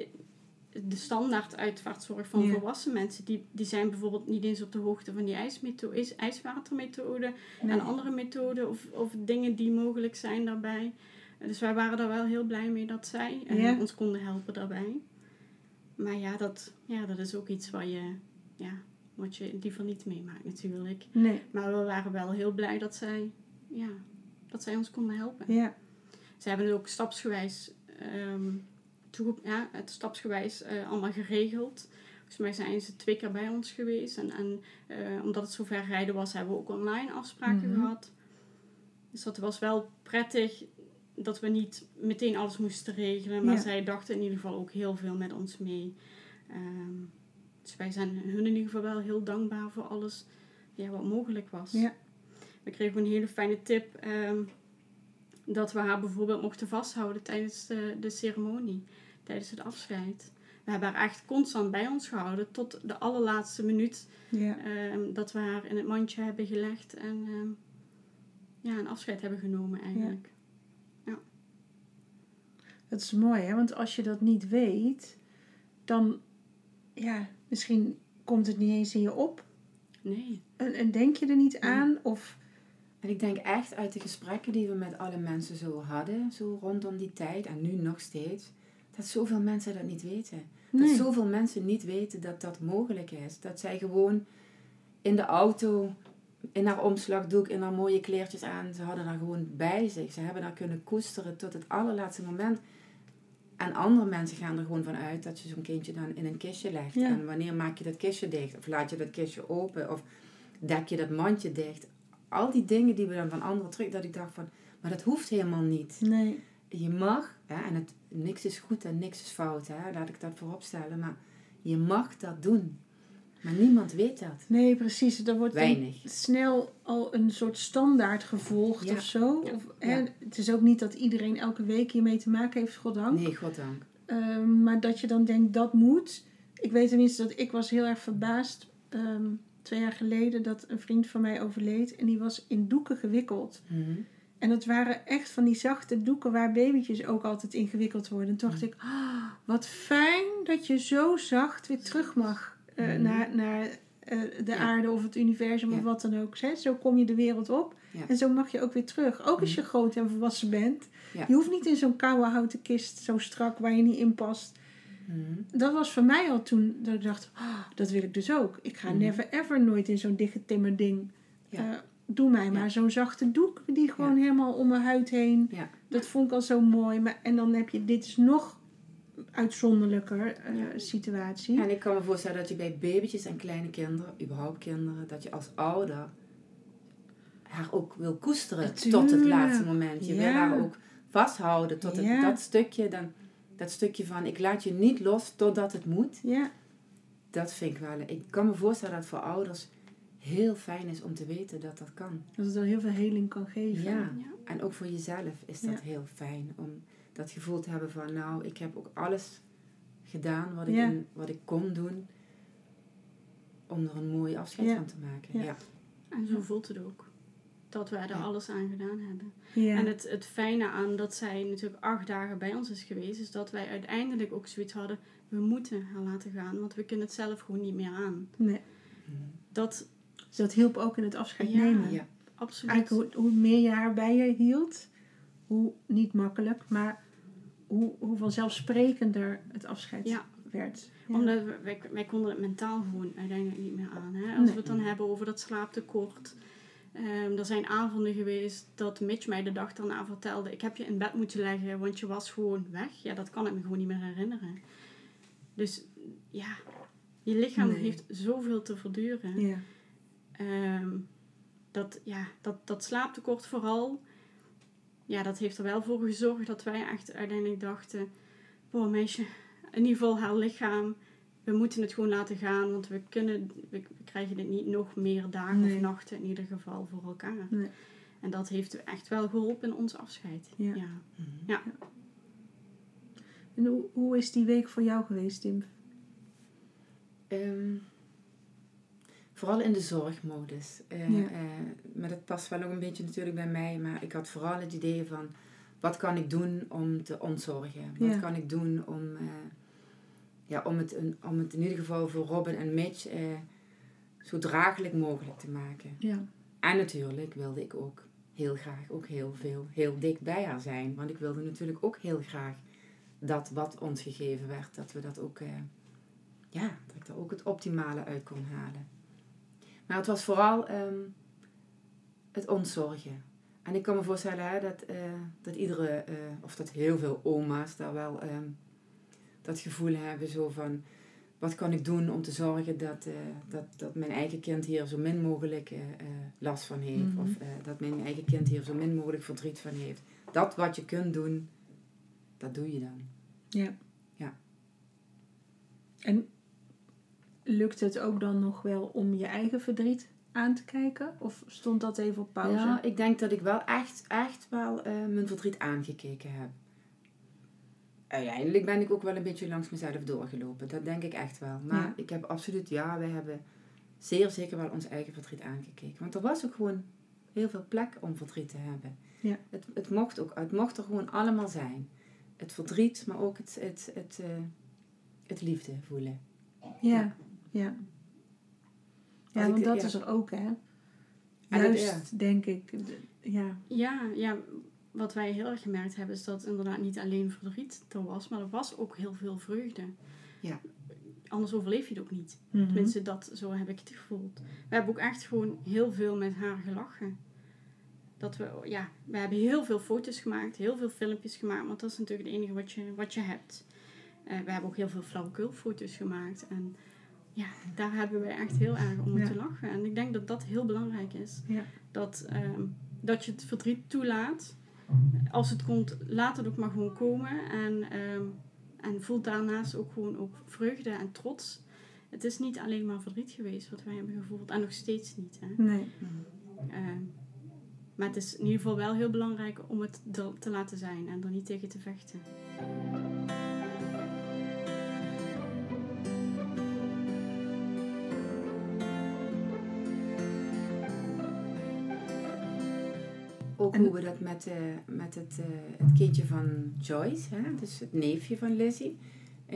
de standaard uitvaartzorg van yeah. volwassen mensen, die, die zijn bijvoorbeeld niet eens op de hoogte van die ijsmethode, ijswatermethode nee. en andere methoden of, of dingen die mogelijk zijn daarbij. Dus wij waren daar wel heel blij mee dat zij uh, yeah. ons konden helpen daarbij. Maar ja dat, ja, dat is ook iets wat je... Ja, wat je liever niet meemaakt natuurlijk. Nee. Maar we waren wel heel blij dat zij, ja, dat zij ons konden helpen. Ja. Ze hebben het ook stapsgewijs, um, toe, ja, het stapsgewijs uh, allemaal geregeld. Volgens mij zijn ze twee keer bij ons geweest. En, en uh, omdat het zo ver rijden was, hebben we ook online afspraken mm-hmm. gehad. Dus dat was wel prettig dat we niet meteen alles moesten regelen. Maar ja. zij dachten in ieder geval ook heel veel met ons mee. Um, Dus wij zijn hun in ieder geval wel heel dankbaar voor alles ja, wat mogelijk was. Ja. We kregen een hele fijne tip. Um, dat we haar bijvoorbeeld mochten vasthouden tijdens de, de ceremonie. Tijdens het afscheid. We hebben haar echt constant bij ons gehouden. Tot de allerlaatste minuut. Ja. Um, dat we haar in het mandje hebben gelegd. En um, ja, een afscheid hebben genomen eigenlijk. Ja. Dat is mooi, hè? Want als je dat niet weet, dan, ja, misschien komt het niet eens in je op. Nee. En, en denk je er niet Nee. aan? Of... En ik denk echt uit de gesprekken die we met alle mensen zo hadden, zo rondom die tijd en nu nog steeds, dat zoveel mensen dat niet weten. Nee. Dat zoveel mensen niet weten dat dat mogelijk is. Dat zij gewoon in de auto, in haar omslagdoek, in haar mooie kleertjes aan, ze hadden daar gewoon bij zich. Ze hebben daar kunnen koesteren tot het allerlaatste moment. En andere mensen gaan er gewoon van uit dat je zo'n kindje dan in een kistje legt. Ja. En wanneer maak je dat kistje dicht? Of laat je dat kistje open? Of dek je dat mandje dicht? Al die dingen die we dan van anderen terug, dat ik dacht van, maar dat hoeft helemaal niet. Nee. Je mag, hè, en het, niks is goed en niks is fout, hè, laat ik dat voorop stellen, maar je mag dat doen. Maar niemand weet dat. Nee, precies. Er wordt Weinig. snel al een soort standaard gevolgd Ja. of zo. Ja. Of, Ja. hè, het is ook niet dat iedereen elke week hiermee te maken heeft, goddank. Nee, goddank. Um, maar dat je dan denkt, dat moet. Ik weet tenminste dat ik was heel erg verbaasd. Um, twee jaar geleden dat een vriend van mij overleed. En die was in doeken gewikkeld. Mm-hmm. En dat waren echt van die zachte doeken waar babytjes ook altijd in gewikkeld worden. En toen dacht ik, oh, wat fijn dat je zo zacht weer terug mag uh, Mm-hmm. naar, naar uh, de Ja. aarde of het universum Ja. of wat dan ook. Hè? Zo kom je de wereld op. Ja. En zo mag je ook weer terug. Ook als je groot en volwassen bent. Ja. Je hoeft niet in zo'n koude houten kist, zo strak, waar je niet in past. Mm-hmm. Dat was voor mij al toen dat ik dacht, oh, dat wil ik dus ook. Ik ga Mm-hmm. never ever nooit in zo'n dichtgetimmerd ding. Ja. Uh, doe mij maar Ja. zo'n zachte doek die gewoon Ja. helemaal om mijn huid heen. Ja. Dat vond ik al zo mooi. Maar, en dan heb je, dit is nog uitzonderlijker uh, Ja. situatie. En ik kan me voorstellen dat je bij babytjes en kleine kinderen, überhaupt kinderen, dat je als ouder haar ook wil koesteren Natuurlijk. tot het laatste moment. Je Ja. wil haar ook vasthouden tot het, Ja. dat stukje, dan, dat stukje van ik laat je niet los totdat het moet. Ja, Dat vind ik wel. Ik kan me voorstellen dat het voor ouders heel fijn is om te weten dat dat kan. dat het dan heel veel heling kan geven. Ja. Ja. En ook voor jezelf is dat Ja. heel fijn om dat gevoel te hebben van nou, ik heb ook alles gedaan wat ik, Ja. in, wat ik kon doen om er een mooi afscheid Ja. van te maken. Ja. Ja. En zo voelt het ook. Dat wij er Ja. alles aan gedaan hebben. Ja. En het, het fijne aan dat zij natuurlijk acht dagen bij ons is geweest, is dat wij uiteindelijk ook zoiets hadden, we moeten haar laten gaan, want we kunnen het zelf gewoon niet meer aan. Nee. Dat, Dus dat hielp ook in het afscheid Ja. nemen. Ja. absoluut. Eigenlijk hoe, hoe meer je haar bij je hield, hoe niet makkelijk, maar hoe, hoe vanzelfsprekender het afscheid Ja. werd. Ja. Omdat we- wij, wij konden het mentaal gewoon uiteindelijk niet meer aan. Hè? Als Nee. we het dan hebben over dat slaaptekort. Um, er zijn avonden geweest dat Mitch mij de dag daarna vertelde, ik heb je in bed moeten leggen, want je was gewoon weg. Ja, dat kan ik me gewoon niet meer herinneren. Dus ja, je lichaam Nee. heeft zoveel te verduren. Ja. Um, dat, ja, dat, dat slaaptekort vooral, ja, dat heeft er wel voor gezorgd dat wij echt uiteindelijk dachten, boah meisje, in ieder geval haar lichaam, we moeten het gewoon laten gaan, want we kunnen, we, we krijgen dit niet nog meer dagen Nee. of nachten in ieder geval voor elkaar. Nee. En dat heeft echt wel geholpen in ons afscheid. Ja. Ja. Mhm. Ja. En hoe, hoe is die week voor jou geweest, Tim? Um, vooral in de zorgmodus. Uh, Ja. uh, maar dat past wel ook een beetje natuurlijk bij mij. Maar ik had vooral het idee van, wat kan ik doen om te ontzorgen? Wat Ja. kan ik doen om, uh, ja, om, het, een, om het in ieder geval voor Robin en Mitch uh, zo draaglijk mogelijk te maken? Ja. En natuurlijk wilde ik ook heel graag ook heel veel, heel dik bij haar zijn. Want ik wilde natuurlijk ook heel graag dat wat ons gegeven werd, dat we dat ook, uh, ja, dat ik daar ook het optimale uit kon halen. Maar het was vooral um, het ontzorgen. En ik kan me voorstellen hè, dat, uh, dat iedere, uh, of dat heel veel oma's daar wel um, dat gevoel hebben zo van, wat kan ik doen om te zorgen dat, uh, dat, dat mijn eigen kind hier zo min mogelijk uh, uh, last van heeft. Mm-hmm. Of uh, dat mijn eigen kind hier zo min mogelijk verdriet van heeft. Dat wat je kunt doen, dat doe je dan. Ja. Ja. En lukt het ook dan nog wel om je eigen verdriet aan te kijken? Of stond dat even op pauze? Ja, ik denk dat ik wel echt, echt wel uh, mijn verdriet aangekeken heb. Uiteindelijk ben ik ook wel een beetje langs mezelf doorgelopen. Dat denk ik echt wel. Maar Ja. ik heb absoluut, ja, wij hebben zeer zeker wel ons eigen verdriet aangekeken. Want er was ook gewoon heel veel plek om verdriet te hebben. Ja. Het, het, mocht ook, het mocht er gewoon allemaal zijn. het verdriet, maar ook het, het, het, uh, het liefde voelen. Ja, ja. Ja, want dat ja. is er ook, hè. Juist, ja. denk ik. Ja. Ja, ja, wat wij heel erg gemerkt hebben is dat inderdaad niet alleen verdriet er was, maar er was ook heel veel vreugde. Ja. Anders overleef je het ook niet. Mm-hmm. Tenminste, dat, zo heb ik het gevoeld. We hebben ook echt gewoon heel veel met haar gelachen. Dat we, ja, we hebben heel veel foto's gemaakt, heel veel filmpjes gemaakt, want dat is natuurlijk het enige wat je, wat je hebt. Uh, we hebben ook heel veel flauwekulfoto's gemaakt en ja, daar hebben we echt heel erg om moeten ja. lachen. En ik denk dat dat heel belangrijk is. Ja. Dat, um, dat je het verdriet toelaat. Als het komt, laat het ook maar gewoon komen. En, um, en voel daarnaast ook gewoon ook vreugde en trots. Het is niet alleen maar verdriet geweest wat wij hebben gevoeld. En nog steeds niet. Hè. Nee. Um, maar het is in ieder geval wel heel belangrijk om het er te laten zijn. En er niet tegen te vechten. Ook hoe we dat met, uh, met het, uh, het kindje van Joyce, hè, dus het neefje van Lizzie, uh,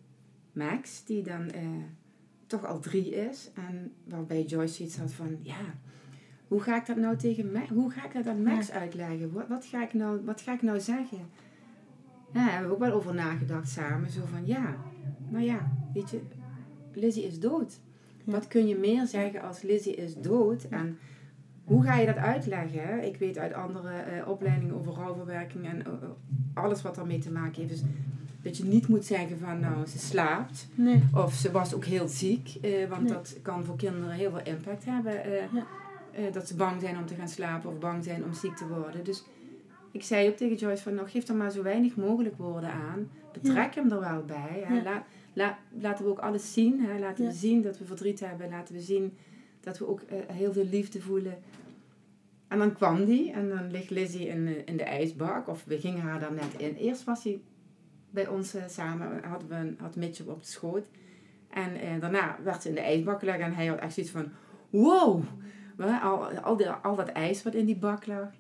Max, die dan uh, toch al drie is. En waarbij Joyce iets had van, ja, hoe ga ik dat nou tegen Max, hoe ga ik dat aan Max uitleggen? Wat, wat, ga ik nou, wat ga ik nou zeggen? Ja, daar hebben we ook wel over nagedacht samen. Zo van, ja, nou ja, weet je, Lizzie is dood. Ja. Wat kun je meer zeggen als Lizzie is dood? En hoe ga je dat uitleggen? Hè? Ik weet uit andere uh, opleidingen over rouwverwerking en uh, alles wat daarmee te maken heeft. Dus dat je niet moet zeggen van nou ze slaapt. Nee. Of ze was ook heel ziek. Uh, want nee. dat kan voor kinderen heel veel impact hebben. Uh, ja. uh, dat ze bang zijn om te gaan slapen of bang zijn om ziek te worden. Dus ik zei ook tegen Joyce van nou geef er maar zo weinig mogelijk woorden aan. Betrek ja. hem er wel bij. Hè? Ja. La, la, laten we ook alles zien. Hè? Laten ja. we zien dat we verdriet hebben. Laten we zien dat we ook uh, heel veel liefde voelen. En dan kwam die en dan ligt Lizzie in, in de ijsbak. Of we gingen haar daar net in. Eerst was hij bij ons uh, samen. Hadden we een, had Mitchell op de schoot. En uh, daarna werd ze in de ijsbak gelegd. En hij had echt zoiets van... Wow! Al, al, die, al dat ijs wat in die bak lag.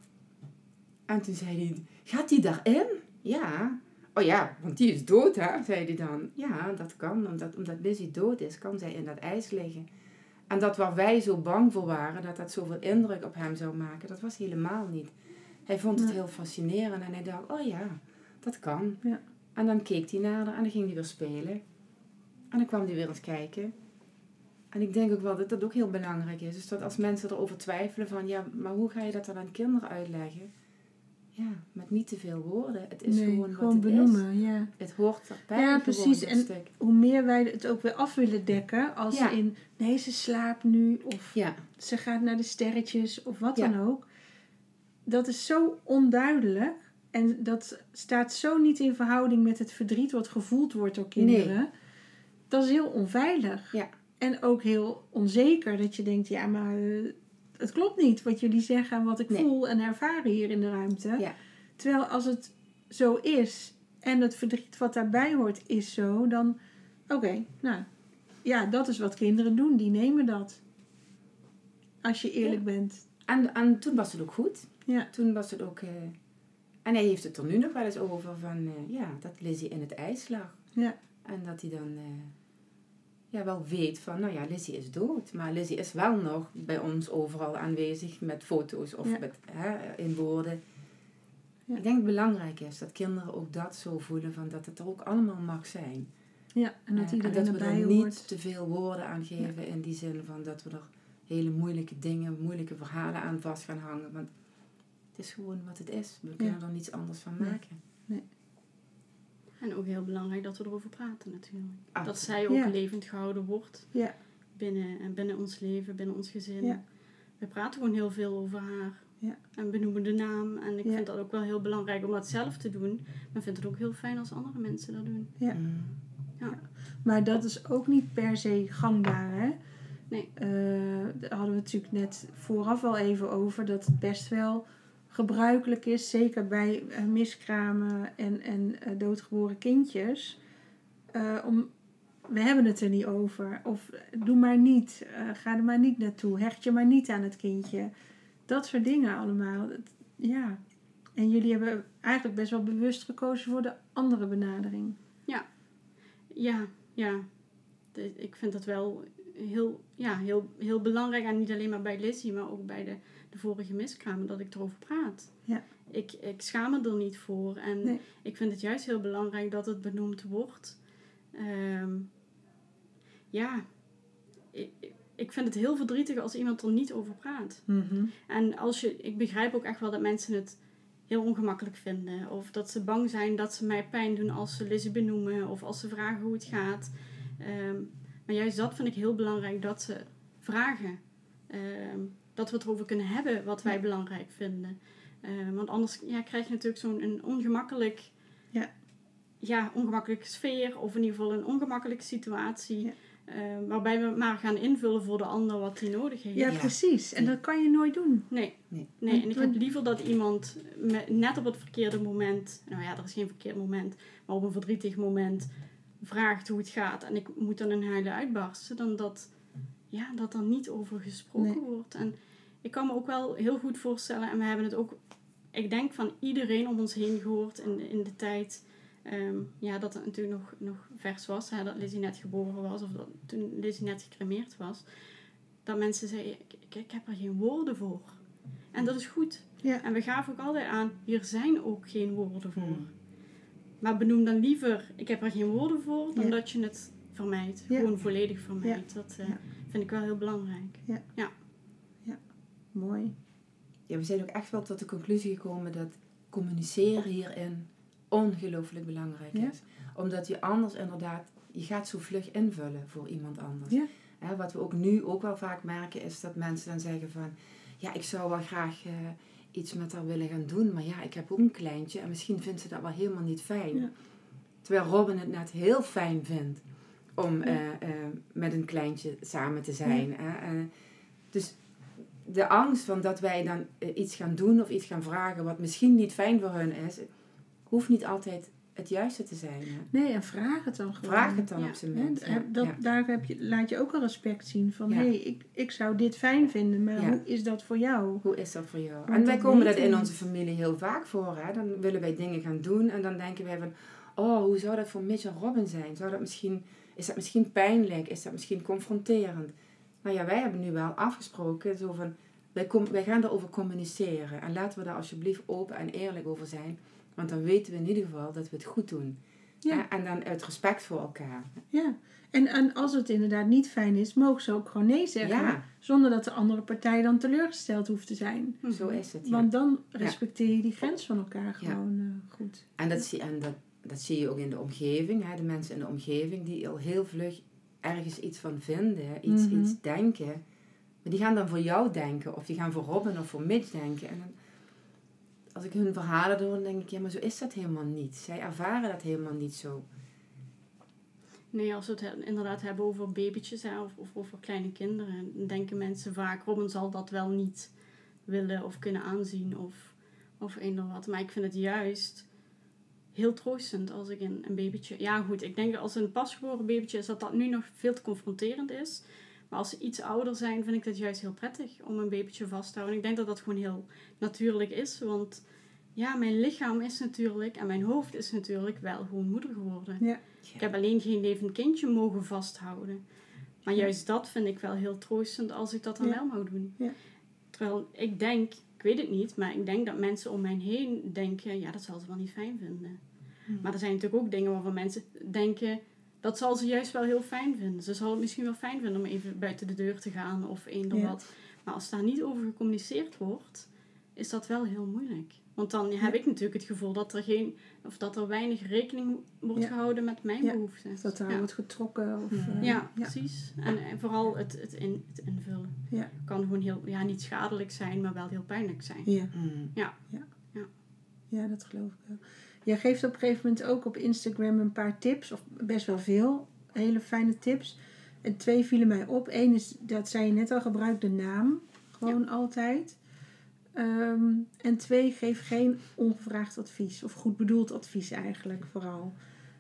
En toen zei hij... Gaat die daarin? Ja. Oh ja, want die is dood, hè? Zei hij dan. Ja, dat kan. Omdat, omdat Lizzie dood is, kan zij in dat ijs liggen. En dat waar wij zo bang voor waren, dat dat zoveel indruk op hem zou maken, dat was helemaal niet. Hij vond het ja. heel fascinerend en hij dacht, oh ja, dat kan. Ja. En dan keek hij naar haar en dan ging hij weer spelen. En dan kwam hij weer eens kijken. En ik denk ook wel dat dat ook heel belangrijk is. Dus dat als mensen erover twijfelen van, ja, maar hoe ga je dat dan aan kinderen uitleggen? Ja, met niet te veel woorden. Het is nee, gewoon, gewoon wat het benoemen, is. Ja. Het hoort erbij. Ja, precies. En stuk. hoe meer wij het ook weer af willen dekken, als ja. in, nee, ze slaapt nu, of ja. ze gaat naar de sterretjes, of wat ja. dan ook. Dat is zo onduidelijk. En dat staat zo niet in verhouding met het verdriet wat gevoeld wordt door kinderen. Nee. Dat is heel onveilig. Ja. En ook heel onzeker, dat je denkt, ja, maar uh, het klopt niet wat jullie zeggen en wat ik nee. voel en ervaar hier in de ruimte. Ja. Terwijl als het zo is en het verdriet wat daarbij hoort is zo, dan oké, okay, nou ja, dat is wat kinderen doen. Die nemen dat. Als je eerlijk ja. bent. En, en toen was het ook goed. Ja. Toen was het ook... Uh, en hij heeft het er nu nog wel eens over van... Uh, ja, dat Lizzie in het ijs lag. Ja. En dat hij dan... Uh, ja, wel weet van... Nou ja, Lizzie is dood. Maar Lizzie is wel nog bij ons overal aanwezig met foto's of ja. met, hè, in woorden. Ja. Ik denk dat het belangrijk is dat kinderen ook dat zo voelen, van dat het er ook allemaal mag zijn. Ja, en dat iedereen uh, en dat we er hoort. niet te veel woorden aan geven ja. in die zin van dat we er hele moeilijke dingen, moeilijke verhalen aan vast gaan hangen. Want het is gewoon wat het is. We kunnen ja. er niets anders van nee. maken. Nee. En ook heel belangrijk dat we erover praten natuurlijk. Ah, dat zij ook ja. levend gehouden wordt. Ja. Binnen, binnen ons leven, binnen ons gezin. Ja. We praten gewoon heel veel over haar. Ja. En benoemen de naam. En ik ja. vind dat ook wel heel belangrijk om dat zelf te doen. Maar ik vind het ook heel fijn als andere mensen dat doen. Ja. Mm. Ja. Ja. Maar dat is ook niet per se gangbaar, hè? Nee. Uh, daar hadden we natuurlijk net vooraf al even over. Dat het best wel gebruikelijk is. Zeker bij uh, miskramen en, en uh, doodgeboren kindjes. Uh, om, we hebben het er niet over. Of doe maar niet. Uh, ga er maar niet naartoe. Hecht je maar niet aan het kindje. Dat soort dingen allemaal. Het, ja. En jullie hebben eigenlijk best wel bewust gekozen voor de andere benadering. Ja, ja, ja. De, ik vind dat wel heel, ja, heel, heel belangrijk. En niet alleen maar bij Lizzie, maar ook bij de, de vorige miskraam, dat ik erover praat. Ja. Ik, ik schaam me er niet voor. En Nee. ik vind het juist heel belangrijk dat het benoemd wordt. Um, ja, ik, ik vind het heel verdrietig als iemand er niet over praat. Mm-hmm. En als je, ik begrijp ook echt wel dat mensen het heel ongemakkelijk vinden. Of dat ze bang zijn dat ze mij pijn doen als ze Lizzie benoemen. Of als ze vragen hoe het gaat. Um, maar juist dat vind ik heel belangrijk, dat ze vragen. Um, dat we het erover kunnen hebben wat wij ja. belangrijk vinden. Um, want anders ja, krijg je natuurlijk zo'n een ongemakkelijk, ja. Ja, ongemakkelijke sfeer. Of in ieder geval een ongemakkelijke situatie. Ja. Uh, waarbij we maar gaan invullen voor de ander wat hij nodig heeft. Ja, ja. precies. En dat kan je nooit doen. Nee. nee. nee. En ik heb liever dat iemand met, net op het verkeerde moment... Nou ja, er is geen verkeerd moment. Maar op een verdrietig moment vraagt hoe het gaat. En ik moet dan in huilen uitbarsten. Dan dat, ja, dat er niet over gesproken nee. wordt. En ik kan me ook wel heel goed voorstellen. En we hebben het ook... Ik denk van iedereen om ons heen gehoord in, in de tijd... Um, ja, dat het natuurlijk nog, nog vers was, hè, dat Lizzie net geboren was, of dat toen Lizzie net gecremeerd was, dat mensen zeiden, ik, ik, ik heb er geen woorden voor. En dat is goed. Ja. En we gaven ook altijd aan, hier zijn ook geen woorden voor. Hmm. Maar benoem dan liever, ik heb er geen woorden voor, dan ja. dat je het vermijdt. Ja. Gewoon volledig vermijdt. Ja. Dat uh, ja. vind ik wel heel belangrijk. Ja. Ja. ja, mooi. Ja, we zijn ook echt wel tot de conclusie gekomen dat communiceren hierin ongelooflijk belangrijk ja. is. Omdat je anders inderdaad, je gaat zo vlug invullen voor iemand anders. Ja. He, wat we ook nu ook wel vaak merken is dat mensen dan zeggen van, ja, ik zou wel graag uh, iets met haar willen gaan doen, maar ja, ik heb ook een kleintje en misschien vindt ze dat wel helemaal niet fijn. Ja. Terwijl Robin het net heel fijn vindt om ja. uh, uh, met een kleintje samen te zijn. Ja. Hè? Uh, dus de angst van dat wij dan uh, iets gaan doen of iets gaan vragen wat misschien niet fijn voor hun is, hoeft niet altijd het juiste te zijn. Hè? Nee, en vraag het dan gewoon. Vraag het dan ja. op zijn minst. Ja, dat, ja. Daar heb je, laat je ook al respect zien van, hé, ja. hey, ik, ik zou dit fijn vinden, maar ja. hoe is dat voor jou? Hoe is dat voor jou? Want en wij komen dat in niet. onze familie heel vaak voor. Hè? Dan willen wij dingen gaan doen en dan denken wij van, oh, hoe zou dat voor Mitch en Robin zijn? Zou dat misschien, is dat misschien pijnlijk? Is dat misschien confronterend? Nou ja, wij hebben nu wel afgesproken, zo van, wij, kom, wij gaan erover communiceren. En laten we daar alsjeblieft open en eerlijk over zijn. Want dan weten we in ieder geval dat we het goed doen. Ja. Ja, en dan uit respect voor elkaar. Ja, en, en als het inderdaad niet fijn is, mogen ze ook gewoon nee zeggen. Ja. Zonder dat de andere partij dan teleurgesteld hoeft te zijn. Mm-hmm. Zo is het, ja. Want dan respecteer je die grens van elkaar gewoon ja. uh, goed. En, dat zie, en dat, dat zie je ook in de omgeving. Hè? De mensen in de omgeving die al heel vlug ergens iets van vinden. Iets, mm-hmm. iets denken. Maar die gaan dan voor jou denken. Of die gaan voor Robin of voor Mitch denken. En dan, als ik hun verhalen doe, dan denk ik, ja, maar zo is dat helemaal niet. Zij ervaren dat helemaal niet zo. Nee, als we het inderdaad hebben over babytjes hè, of, of over kleine kinderen, dan denken mensen vaak, Robin zal dat wel niet willen of kunnen aanzien of, of eender wat. Maar ik vind het juist heel troostend als ik een, een babytje... Ja goed, ik denk als een pasgeboren babytje is dat dat nu nog veel te confronterend is. Maar als ze iets ouder zijn, vind ik het juist heel prettig om een babytje vast te houden. Ik denk dat dat gewoon heel natuurlijk is, want ja, mijn lichaam is natuurlijk en mijn hoofd is natuurlijk wel gewoon moeder geworden. Ja. Ik heb alleen geen levend kindje mogen vasthouden. Maar juist dat vind ik wel heel troostend als ik dat dan ja. wel mag doen. Ja. Terwijl ik denk, ik weet het niet, maar ik denk dat mensen om mij heen denken, ja, dat zal ze wel niet fijn vinden. Hmm. Maar er zijn natuurlijk ook dingen waarvan mensen denken, dat zal ze juist wel heel fijn vinden. Ze zal het misschien wel fijn vinden om even buiten de deur te gaan of eender ja. wat. Maar als daar niet over gecommuniceerd wordt, is dat wel heel moeilijk. Want dan heb ja. ik natuurlijk het gevoel dat er geen, of dat er weinig rekening wordt ja. gehouden met mijn ja. behoeften. Of dat er ja. wordt getrokken. Of, ja, uh, ja, precies. En, en vooral het, het, in, het invullen. Ja. Kan gewoon heel, ja, niet schadelijk zijn, maar wel heel pijnlijk zijn. Ja. Mm. Ja. Ja. Ja. ja, dat geloof ik wel. Jij geeft op een gegeven moment ook op Instagram een paar tips, of best wel veel, hele fijne tips. En twee vielen mij op. Eén is, dat zei je net al, gebruik de naam. Gewoon ja. altijd. Um, en twee, geef geen ongevraagd advies. Of goed bedoeld advies eigenlijk vooral.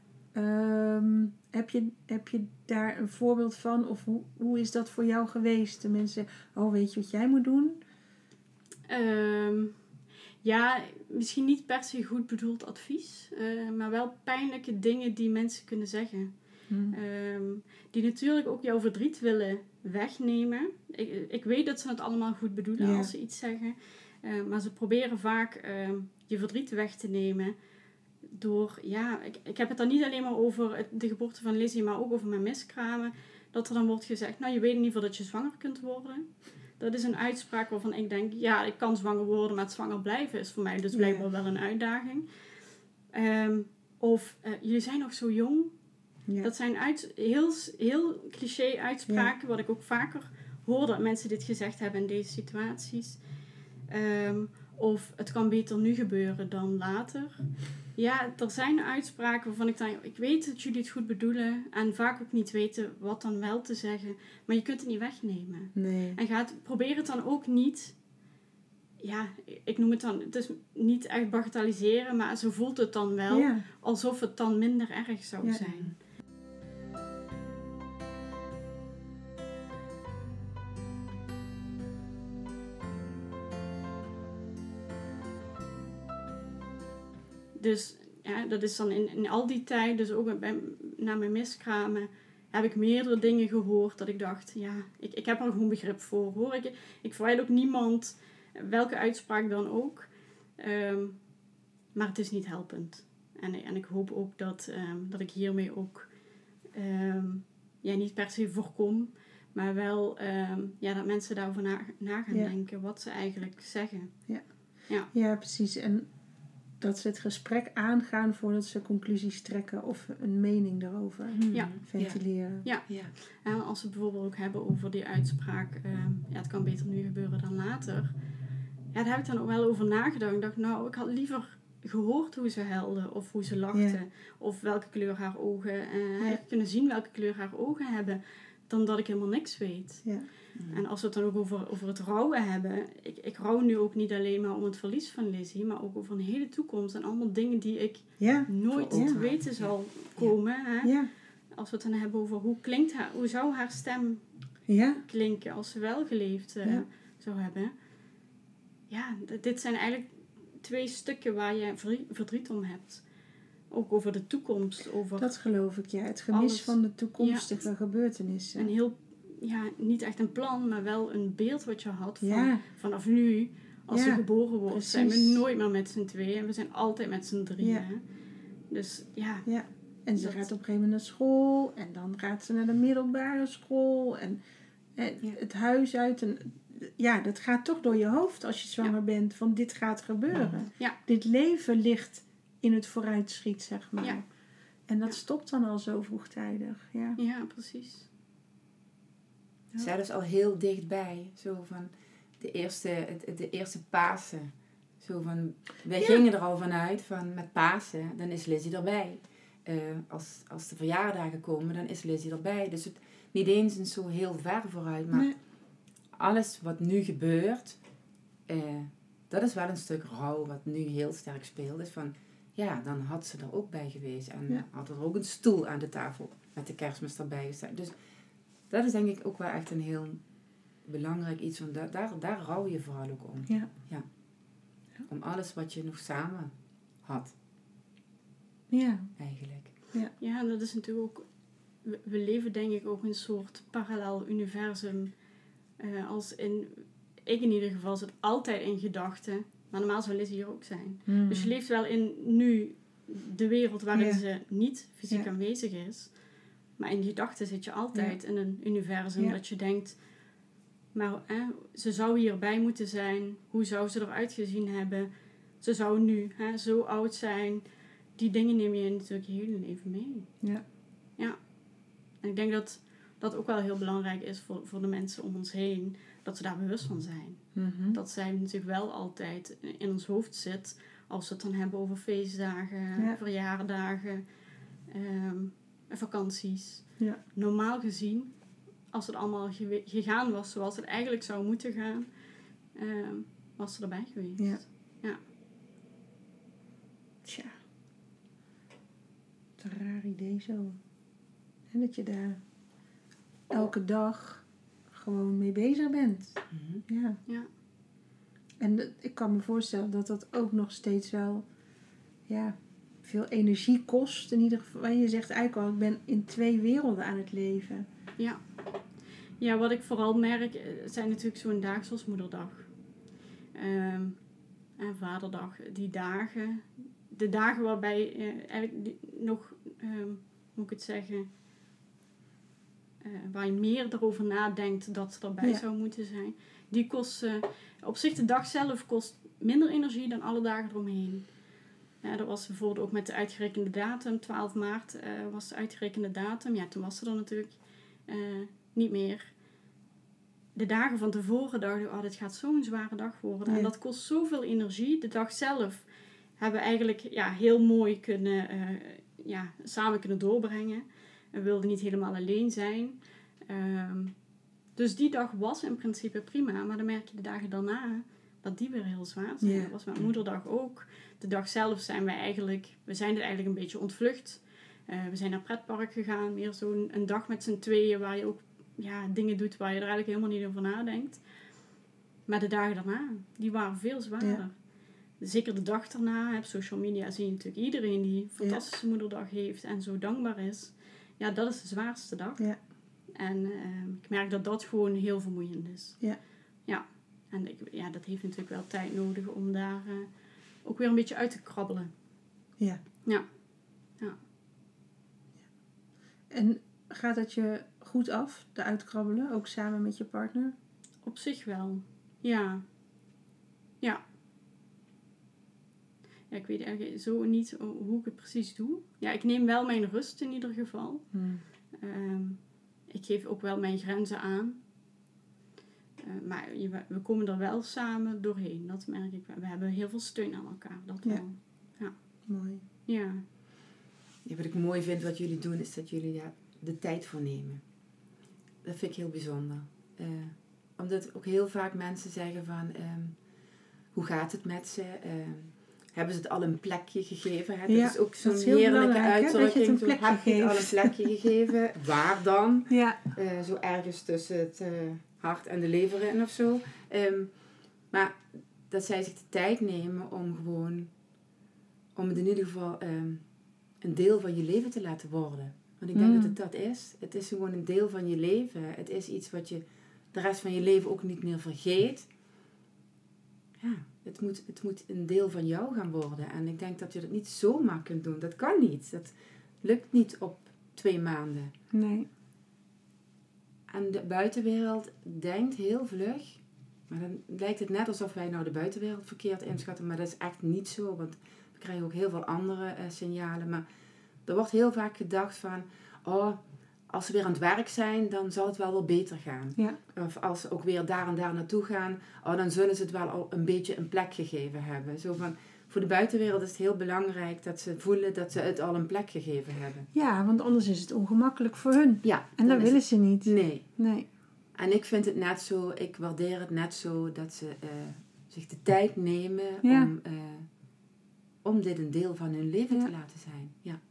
Um, heb, je, heb je daar een voorbeeld van? Of hoe, hoe is dat voor jou geweest? De mensen zeggen, oh weet je wat jij moet doen? Um, Ja, misschien niet per se goed bedoeld advies, uh, maar wel pijnlijke dingen die mensen kunnen zeggen. Hmm. Um, die natuurlijk ook jouw verdriet willen wegnemen. Ik, ik weet dat ze het allemaal goed bedoelen yeah. als ze iets zeggen. Uh, maar ze proberen vaak uh, je verdriet weg te nemen. Door, ja, ik, ik heb het dan niet alleen maar over het, de geboorte van Lizzie, maar ook over mijn miskramen. Dat er dan wordt gezegd, nou je weet in ieder geval dat je zwanger kunt worden. Dat is een uitspraak waarvan ik denk, ja, ik kan zwanger worden, maar het zwanger blijven is voor mij dus blijkbaar yeah. wel een uitdaging. Um, of, uh, jullie zijn nog zo jong. Yeah. Dat zijn uit, heel, heel cliché uitspraken, yeah. wat ik ook vaker hoor dat mensen dit gezegd hebben in deze situaties. Um, of het kan beter nu gebeuren dan later. Ja, er zijn uitspraken waarvan ik dan... Ik weet dat jullie het goed bedoelen. En vaak ook niet weten wat dan wel te zeggen. Maar je kunt het niet wegnemen. Nee. En gaat, probeer het dan ook niet... Ja, ik noem het dan... Het is niet echt bagatelliseren. Maar zo voelt het dan wel. Ja. Alsof het dan minder erg zou ja. zijn. Dus ja, dat is dan in, in al die tijd, dus ook bij, na mijn miskramen, heb ik meerdere dingen gehoord dat ik dacht, ja, ik, ik heb er gewoon begrip voor, hoor. Ik, ik verwijt ook niemand, welke uitspraak dan ook. Um, maar het is niet helpend. En, en ik hoop ook dat, um, dat ik hiermee ook um, ja, niet per se voorkom, maar wel um, ja, dat mensen daarover na, na gaan ja. denken wat ze eigenlijk zeggen. Ja, ja. ja precies. En dat ze het gesprek aangaan voordat ze conclusies trekken of een mening erover ja. ventileren. Ja, ja. ja. En als we het bijvoorbeeld ook hebben over die uitspraak, uh, ja, het kan beter nu gebeuren dan later. Ja, daar heb ik dan ook wel over nagedacht. Ik dacht, nou, ik had liever gehoord hoe ze huilde of hoe ze lachte. Ja. Of welke kleur haar ogen, uh, ja. kunnen zien welke kleur haar ogen hebben, dan dat ik helemaal niks weet. Ja. Mm. En als we het dan ook over, over het rouwen hebben. Ik, ik rouw nu ook niet alleen maar om het verlies van Lizzie, maar ook over een hele toekomst. En allemaal dingen die ik ja. nooit ja. te weten zal komen. Ja. Hè? Ja. Als we het dan hebben over hoe klinkt haar, hoe zou haar stem ja. klinken als ze wel geleefd uh, ja. zou hebben. Ja, d- dit zijn eigenlijk twee stukken waar je verdriet om hebt. Ook over de toekomst. Over dat geloof ik, ja. Het gemis alles. Van de toekomstige ja. gebeurtenissen. Een heel, ja, niet echt een plan, maar wel een beeld wat je had van ja. vanaf nu, als ja, ze geboren wordt, precies. zijn we nooit meer met z'n tweeën. We zijn altijd met z'n drieën. Ja. Dus ja. ja. En ze dat... gaat op een gegeven moment naar school. En dan gaat ze naar de middelbare school. En, en ja. het huis uit. En, ja, dat gaat toch door je hoofd als je zwanger ja. bent. Van dit gaat gebeuren. Ja. Dit leven ligt in het vooruitschiet, zeg maar. Ja. En dat ja. stopt dan al zo vroegtijdig. Ja, ja precies. Ja. Zelfs al heel dichtbij. Zo van de eerste, de, de eerste Pasen. Zo van, wij ja. gingen er al vanuit van met Pasen, dan is Lizzie erbij. Uh, als, als de verjaardagen komen, dan is Lizzie erbij. Dus het, niet eens zo heel ver vooruit. Maar nee. alles wat nu gebeurt, uh, dat is wel een stuk rouw wat nu heel sterk speelt. Is van, ja, dan had ze er ook bij geweest. En ja. had er ook een stoel aan de tafel met de Kerstmis erbij gestaan. Dus dat is denk ik ook wel echt een heel belangrijk iets. Want daar, daar, daar rouw je vooral ook om. Ja. Ja. Om alles wat je nog samen had. Ja. Eigenlijk. Ja, ja, dat is natuurlijk ook... We, we leven denk ik ook een soort parallel universum. Uh, als in... Ik in ieder geval zit altijd in gedachten. Maar normaal zou Lizzie hier ook zijn. Mm. Dus je leeft wel in nu de wereld waarin ja. ze niet fysiek ja. aanwezig is. Maar in gedachten zit je altijd ja. in een universum ja. dat je denkt... Maar eh, ze zou hierbij moeten zijn. Hoe zou ze eruit gezien hebben? Ze zou nu hè, zo oud zijn. Die dingen neem je natuurlijk je hele leven mee. Ja. Ja. En ik denk dat dat ook wel heel belangrijk is voor, voor de mensen om ons heen. Dat ze daar bewust van zijn. Mm-hmm. Dat zij natuurlijk wel altijd in ons hoofd zit. Als we het dan hebben over feestdagen, ja. verjaardagen, um, vakanties. Ja. Normaal gezien, als het allemaal ge- gegaan was zoals het eigenlijk zou moeten gaan, um, was ze erbij geweest. Ja. Ja. Tja. Het is een raar idee zo. En dat je daar elke dag gewoon mee bezig bent. Mm-hmm. Ja. ja. En dat, ik kan me voorstellen dat dat ook nog steeds wel ja, veel energie kost. In ieder geval, je zegt eigenlijk al, ik ben in twee werelden aan het leven. Ja. Ja, wat ik vooral merk, zijn natuurlijk zo'n dagen zoals Moederdag. Um, en Vaderdag. Die dagen, de dagen waarbij uh, eigenlijk die, nog, um, moet ik het zeggen, uh, waar je meer erover nadenkt dat ze erbij ja. zou moeten zijn. Die kosten, uh, op zich de dag zelf kost minder energie dan alle dagen eromheen. Ja, dat was bijvoorbeeld ook met de uitgerekende datum. twaalf maart uh, was de uitgerekende datum. Ja, toen was ze er natuurlijk uh, niet meer. De dagen van tevoren dacht ik, oh, dit gaat zo'n zware dag worden. Ja. En dat kost zoveel energie. De dag zelf hebben we eigenlijk ja, heel mooi kunnen, uh, ja, samen kunnen doorbrengen. We wilden niet helemaal alleen zijn. Um, dus die dag was in principe prima. Maar dan merk je de dagen daarna dat die weer heel zwaar zijn. Ja. Dat was met Moederdag ook. De dag zelf zijn we eigenlijk, we zijn er eigenlijk een beetje ontvlucht. Uh, we zijn naar pretpark gegaan. Meer zo'n een dag met z'n tweeën waar je ook ja, dingen doet waar je er eigenlijk helemaal niet over nadenkt. Maar de dagen daarna, die waren veel zwaarder. Ja. Zeker de dag daarna, op social media zie je natuurlijk iedereen die een fantastische ja. Moederdag heeft en zo dankbaar is. Ja, dat is de zwaarste dag. Ja. En uh, ik merk dat dat gewoon heel vermoeiend is. Ja. Ja. En ik, ja, dat heeft natuurlijk wel tijd nodig om daar uh, ook weer een beetje uit te krabbelen. Ja. Ja. Ja. En gaat het je goed af, de uitkrabbelen, ook samen met je partner? Op zich wel, ja. Ja. Ja, ik weet eigenlijk zo niet hoe ik het precies doe. Ja, ik neem wel mijn rust in ieder geval. Hmm. Um, ik geef ook wel mijn grenzen aan. Uh, maar je, we komen er wel samen doorheen, dat merk ik wel. We hebben heel veel steun aan elkaar, dat ja. wel. Ja. Mooi. Ja. Ja. Wat ik mooi vind wat jullie doen, is dat jullie daar de tijd voor nemen. Dat vind ik heel bijzonder. Uh, omdat ook heel vaak mensen zeggen van, um, hoe gaat het met ze? Uh, hebben ze het al een plekje gegeven? Hè? Dat ja, is ook zo'n heerlijke uitdrukking. Hè, zo, heb je het al een plekje gegeven? Waar dan? Ja. Uh, zo ergens tussen het uh, hart en de lever in of zo. Um, maar dat zij zich de tijd nemen om gewoon, om het in ieder geval um, een deel van je leven te laten worden. Want ik denk mm. dat het dat is. Het is gewoon een deel van je leven. Het is iets wat je de rest van je leven ook niet meer vergeet. Ja, het moet, het moet een deel van jou gaan worden. En ik denk dat je dat niet zomaar kunt doen. Dat kan niet. Dat lukt niet op twee maanden. Nee. En de buitenwereld denkt heel vlug. Maar dan lijkt het net alsof wij nou de buitenwereld verkeerd inschatten. Maar dat is echt niet zo. Want we krijgen ook heel veel andere uh, signalen. Maar er wordt heel vaak gedacht van, oh, als ze weer aan het werk zijn, dan zal het wel wel beter gaan. Ja. Of als ze ook weer daar en daar naartoe gaan, oh, dan zullen ze het wel al een beetje een plek gegeven hebben. Zo van, voor de buitenwereld is het heel belangrijk dat ze voelen dat ze het al een plek gegeven hebben. Ja, want anders is het ongemakkelijk voor hun. Ja. En dat willen het... ze niet. Nee. nee. En ik vind het net zo, ik waardeer het net zo dat ze uh, zich de tijd nemen ja. om, uh, om dit een deel van hun leven ja. te laten zijn. Ja.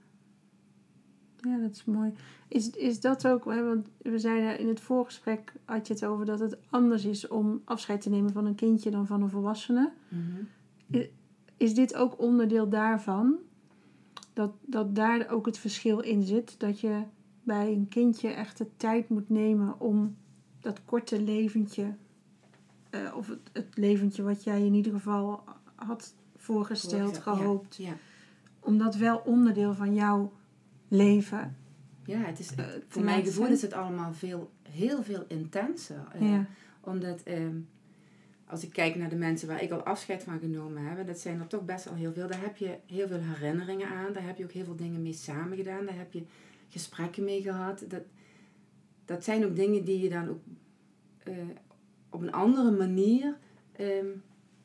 Ja, dat is mooi. Is, is dat ook, hè, want we zeiden in het voorgesprek, had je het over dat het anders is om afscheid te nemen van een kindje dan van een volwassene. Mm-hmm. Is, is dit ook onderdeel daarvan? Dat, dat daar ook het verschil in zit? Dat je bij een kindje echt de tijd moet nemen om dat korte leventje, uh, of het, het leventje wat jij in ieder geval had voorgesteld, Vorige, gehoopt, ja, ja. om dat wel onderdeel van jouw leven. Ja, het is, uh, voor mijn gevoel is het allemaal veel, heel veel intenser. Uh, ja. Omdat, um, als ik kijk naar de mensen waar ik al afscheid van genomen heb, dat zijn er toch best al heel veel. Daar heb je heel veel herinneringen aan. Daar heb je ook heel veel dingen mee samen gedaan. Daar heb je gesprekken mee gehad. Dat, dat zijn ook dingen die je dan ook uh, op een andere manier um,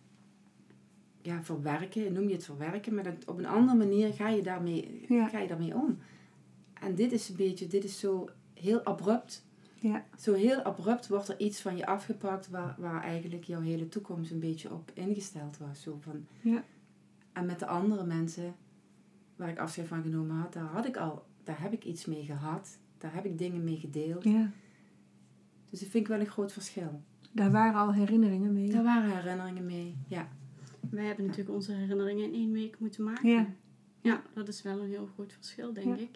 ja, verwerken. Noem je het verwerken. Maar dat, op een andere manier ga je daarmee, ja. ga je daarmee om. En dit is een beetje, dit is zo heel abrupt. Ja. Zo heel abrupt wordt er iets van je afgepakt waar, waar eigenlijk jouw hele toekomst een beetje op ingesteld was. Zo van. Ja. En met de andere mensen waar ik afscheid van genomen had, daar had ik al, daar heb ik iets mee gehad. Daar heb ik dingen mee gedeeld. Ja. Dus dat vind ik wel een groot verschil. daar waren al herinneringen mee. Daar waren herinneringen mee, ja. Wij hebben natuurlijk onze herinneringen in één week moeten maken. Ja. Ja, dat is wel een heel groot verschil, denk Ja. ik.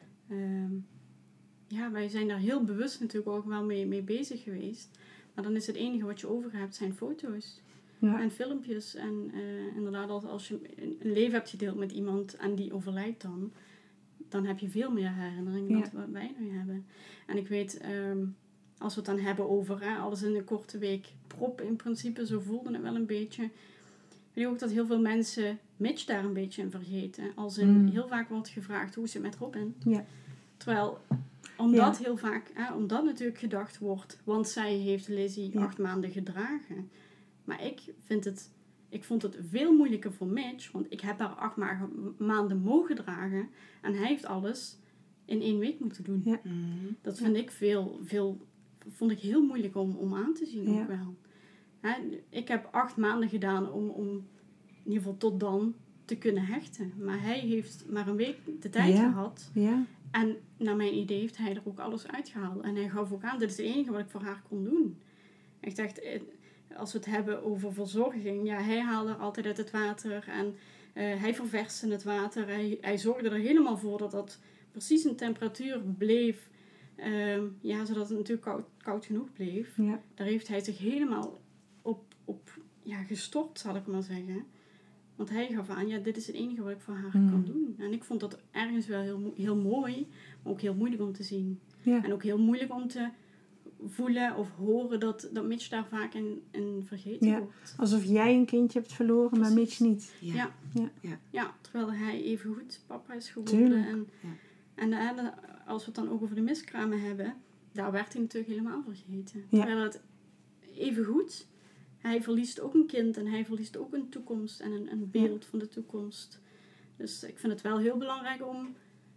Um, ja, wij zijn daar heel bewust natuurlijk ook wel mee, mee bezig geweest. Maar dan is het enige wat je over hebt zijn foto's. Ja. En filmpjes. En uh, inderdaad, als, als je een leven hebt gedeeld met iemand en die overlijdt dan, dan heb je veel meer herinneringen Ja. dan wat wij nu hebben. En ik weet, um, als we het dan hebben over hè, alles in een korte week prop in principe, zo voelde het wel een beetje. Ik weet ook dat heel veel mensen Mitch daar een beetje in vergeten. Als in Mm. heel vaak wordt gevraagd, hoe is het met Robin? Ja. Terwijl, omdat Ja. heel vaak, hè, omdat natuurlijk gedacht wordt, want zij heeft Lizzie Ja. acht maanden gedragen. Maar ik vind het, ik vond het veel moeilijker voor Mitch, want ik heb haar acht ma- maanden mogen dragen en hij heeft alles in één week moeten doen. Ja. Mm-hmm. Dat vind ik veel, veel, vond ik heel moeilijk om, om aan te zien Ja. ook wel. Hè, ik heb acht maanden gedaan om, om in ieder geval tot dan te kunnen hechten. Maar hij heeft maar een week de tijd Ja. gehad. Ja. En naar mijn idee heeft hij er ook alles uitgehaald. En hij gaf ook aan, dit is het enige wat ik voor haar kon doen. Ik dacht, als we het hebben over verzorging, ja, hij haalde er altijd uit het water en uh, hij ververste het water. Hij, hij zorgde er helemaal voor dat dat precies een temperatuur bleef, uh, ja, zodat het natuurlijk koud, koud genoeg bleef. Ja. Daar heeft hij zich helemaal op, op ja, gestort, zal ik maar zeggen. Want hij gaf aan, ja, dit is het enige wat ik voor haar Mm. kan doen. En ik vond dat ergens wel heel, heel mooi, maar ook heel moeilijk om te zien. Ja. En ook heel moeilijk om te voelen of horen dat, dat Mitch daar vaak in, in vergeten Ja. wordt. Alsof jij een kindje hebt verloren, maar Mitch niet. Ja. Ja. Ja. Ja. Ja, terwijl hij even goed papa is geworden. Tuurlijk. En, Ja. en uh, als we het dan ook over de miskramen hebben, daar werd hij natuurlijk helemaal vergeten. Ja. Terwijl het even goed, hij verliest ook een kind en hij verliest ook een toekomst en een, een beeld van de toekomst. Dus ik vind het wel heel belangrijk om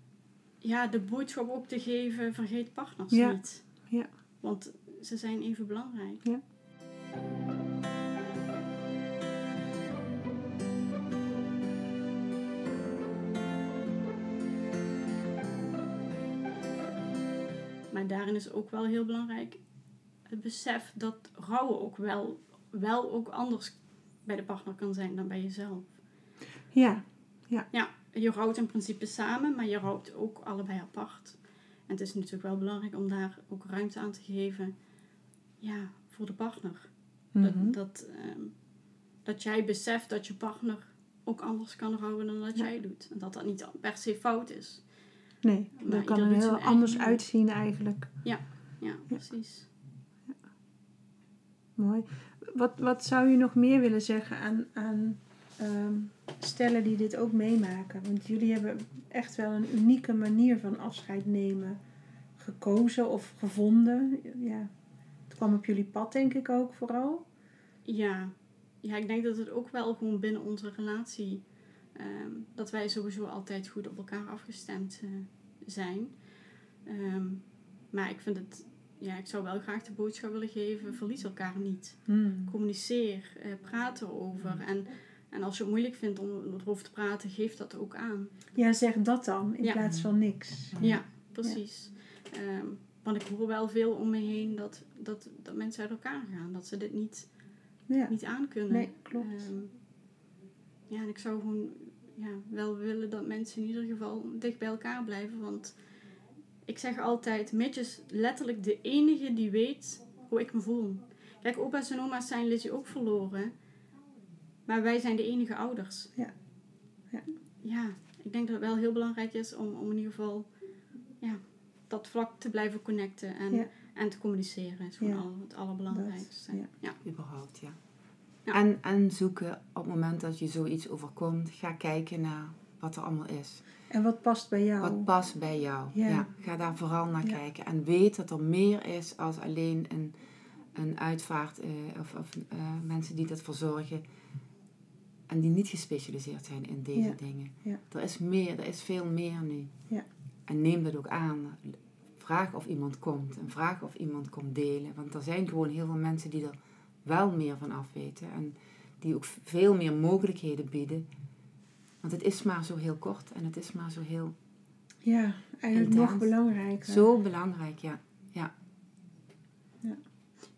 ja, de boodschap ook te geven, vergeet partners Ja. niet. Ja. Want ze zijn even belangrijk. Ja. Maar daarin is ook wel heel belangrijk het besef dat rouwen ook wel, wel ook anders bij de partner kan zijn dan bij jezelf. Ja. Ja, je rouwt in principe samen, maar je rouwt ook allebei apart. En het is natuurlijk wel belangrijk om daar ook ruimte aan te geven, ja, voor de partner. Mhm. Dat, dat, um, dat jij beseft dat je partner ook anders kan rouwen dan dat Ja. jij doet. En dat dat niet per se fout is. Nee, Maar dat kan ieder er doet heel zijn anders eigen- uitzien eigenlijk. Ja, precies. Mooi. Wat, wat zou je nog meer willen zeggen aan, aan um, stellen die dit ook meemaken? Want jullie hebben echt wel een unieke manier van afscheid nemen gekozen of gevonden. Ja, het kwam op jullie pad denk ik ook vooral. Ja. ja, ik denk dat het ook wel gewoon binnen onze relatie, um, dat wij sowieso altijd goed op elkaar afgestemd uh, zijn. Um, maar ik vind het, ja, ik zou wel graag de boodschap willen geven, verlies elkaar niet. Hmm. Communiceer, uh, praat erover. En, en als je het moeilijk vindt om erover te praten, geef dat ook aan. Ja, zeg dat dan in Ja. plaats van niks. Ja, precies. Ja. Um, want ik hoor wel veel om me heen dat, dat, dat mensen uit elkaar gaan. Dat ze dit niet, Ja. niet aankunnen. Nee, klopt. Um, ja, en ik zou gewoon ja, wel willen dat mensen in ieder geval dicht bij elkaar blijven. Want ik zeg altijd, Mitch is letterlijk de enige die weet hoe ik me voel. Kijk, opa's en oma's zijn Lizzie ook verloren. Maar wij zijn de enige ouders. Ja. Ja. Ja, ik denk dat het wel heel belangrijk is om, om in ieder geval ja, dat vlak te blijven connecten en, Ja. en te communiceren. Is gewoon Ja. al, het allerbelangrijkste. Dat, ja. Ja. Überhaupt, ja. Ja. En, en zoeken op het moment dat je zoiets overkomt, ga kijken naar wat er allemaal is. En wat past bij jou? Wat past bij jou. Ja. Ja. Ga daar vooral naar Ja. kijken. En weet dat er meer is als alleen een, een uitvaart uh, of, of uh, mensen die dat verzorgen. En die niet gespecialiseerd zijn in deze Ja. dingen. Ja. Er is meer, er is veel meer nu. Ja. En neem dat ook aan. Vraag of iemand komt. En vraag of iemand komt delen. Want er zijn gewoon heel veel mensen die er wel meer van af weten. En die ook veel meer mogelijkheden bieden. Want het is maar zo heel kort. En het is maar zo heel Ja, eigenlijk intens. nog belangrijker. Zo belangrijk, ja. ja.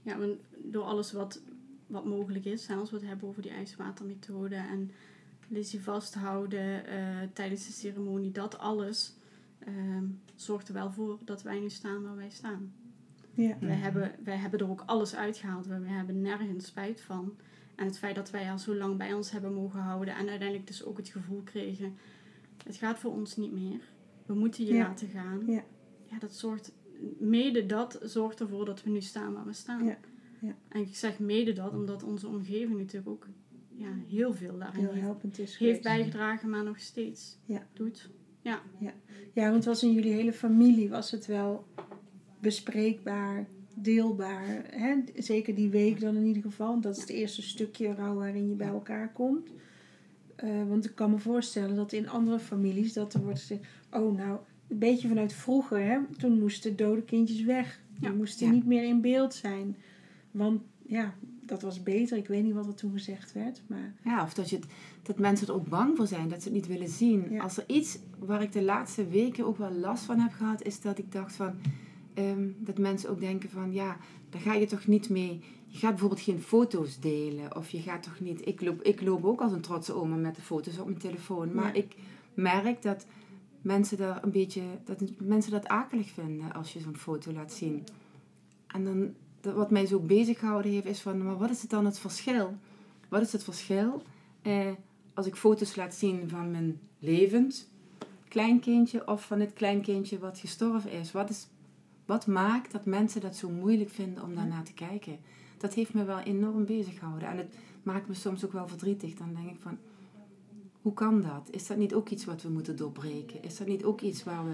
Ja, want door alles wat, wat mogelijk is, hè, als we het hebben over die ijswatermethode en Lizzie vasthouden uh, tijdens de ceremonie, dat alles uh, zorgt er wel voor dat wij nu staan waar wij staan. Ja. Wij, hebben, wij hebben er ook alles uitgehaald, we hebben nergens spijt van. En het feit dat wij al zo lang bij ons hebben mogen houden en uiteindelijk dus ook het gevoel kregen, het gaat voor ons niet meer. We moeten je ja. laten gaan. Ja. Ja, dat zorgt, mede dat zorgt ervoor dat we nu staan waar we staan. Ja. Ja. En ik zeg mede dat, omdat onze omgeving natuurlijk ook ja, heel veel daarin heel helpend is heeft, geweest. heeft bijgedragen, maar nog steeds ja. doet. Ja. Ja. ja, want het was in jullie hele familie was het wel bespreekbaar, deelbaar. Hè? Zeker die week dan in ieder geval. Want dat is het eerste stukje rouw waarin je bij elkaar komt. Uh, want ik kan me voorstellen dat in andere families dat er wordt gezegd, oh nou, een beetje vanuit vroeger, hè? Toen moesten dode kindjes weg. Die ja. moesten ja. niet meer in beeld zijn. Want ja, dat was beter. Ik weet niet wat er toen gezegd werd. Maar... Ja, of dat, je het, dat mensen er ook bang voor zijn. Dat ze het niet willen zien. Ja. Als er iets waar ik de laatste weken ook wel last van heb gehad, is dat ik dacht van, um, dat mensen ook denken van, ja, daar ga je toch niet mee. Je gaat bijvoorbeeld geen foto's delen. Of je gaat toch niet... Ik loop, ik loop ook als een trotse oma met de foto's op mijn telefoon. Maar ja. ik merk dat mensen daar een beetje... Dat mensen dat akelig vinden als je zo'n foto laat zien. En dan... Wat mij zo bezig gehouden heeft is van... Maar wat is het dan het verschil? Wat is het verschil eh, als ik foto's laat zien van mijn levend kleinkindje... of van het kleinkindje wat gestorven is? Wat, is, wat maakt dat mensen dat zo moeilijk vinden om daarnaar te kijken? Dat heeft me wel enorm bezig gehouden. En het maakt me soms ook wel verdrietig. Dan denk ik van... Hoe kan dat? Is dat niet ook iets wat we moeten doorbreken? Is dat niet ook iets waar we...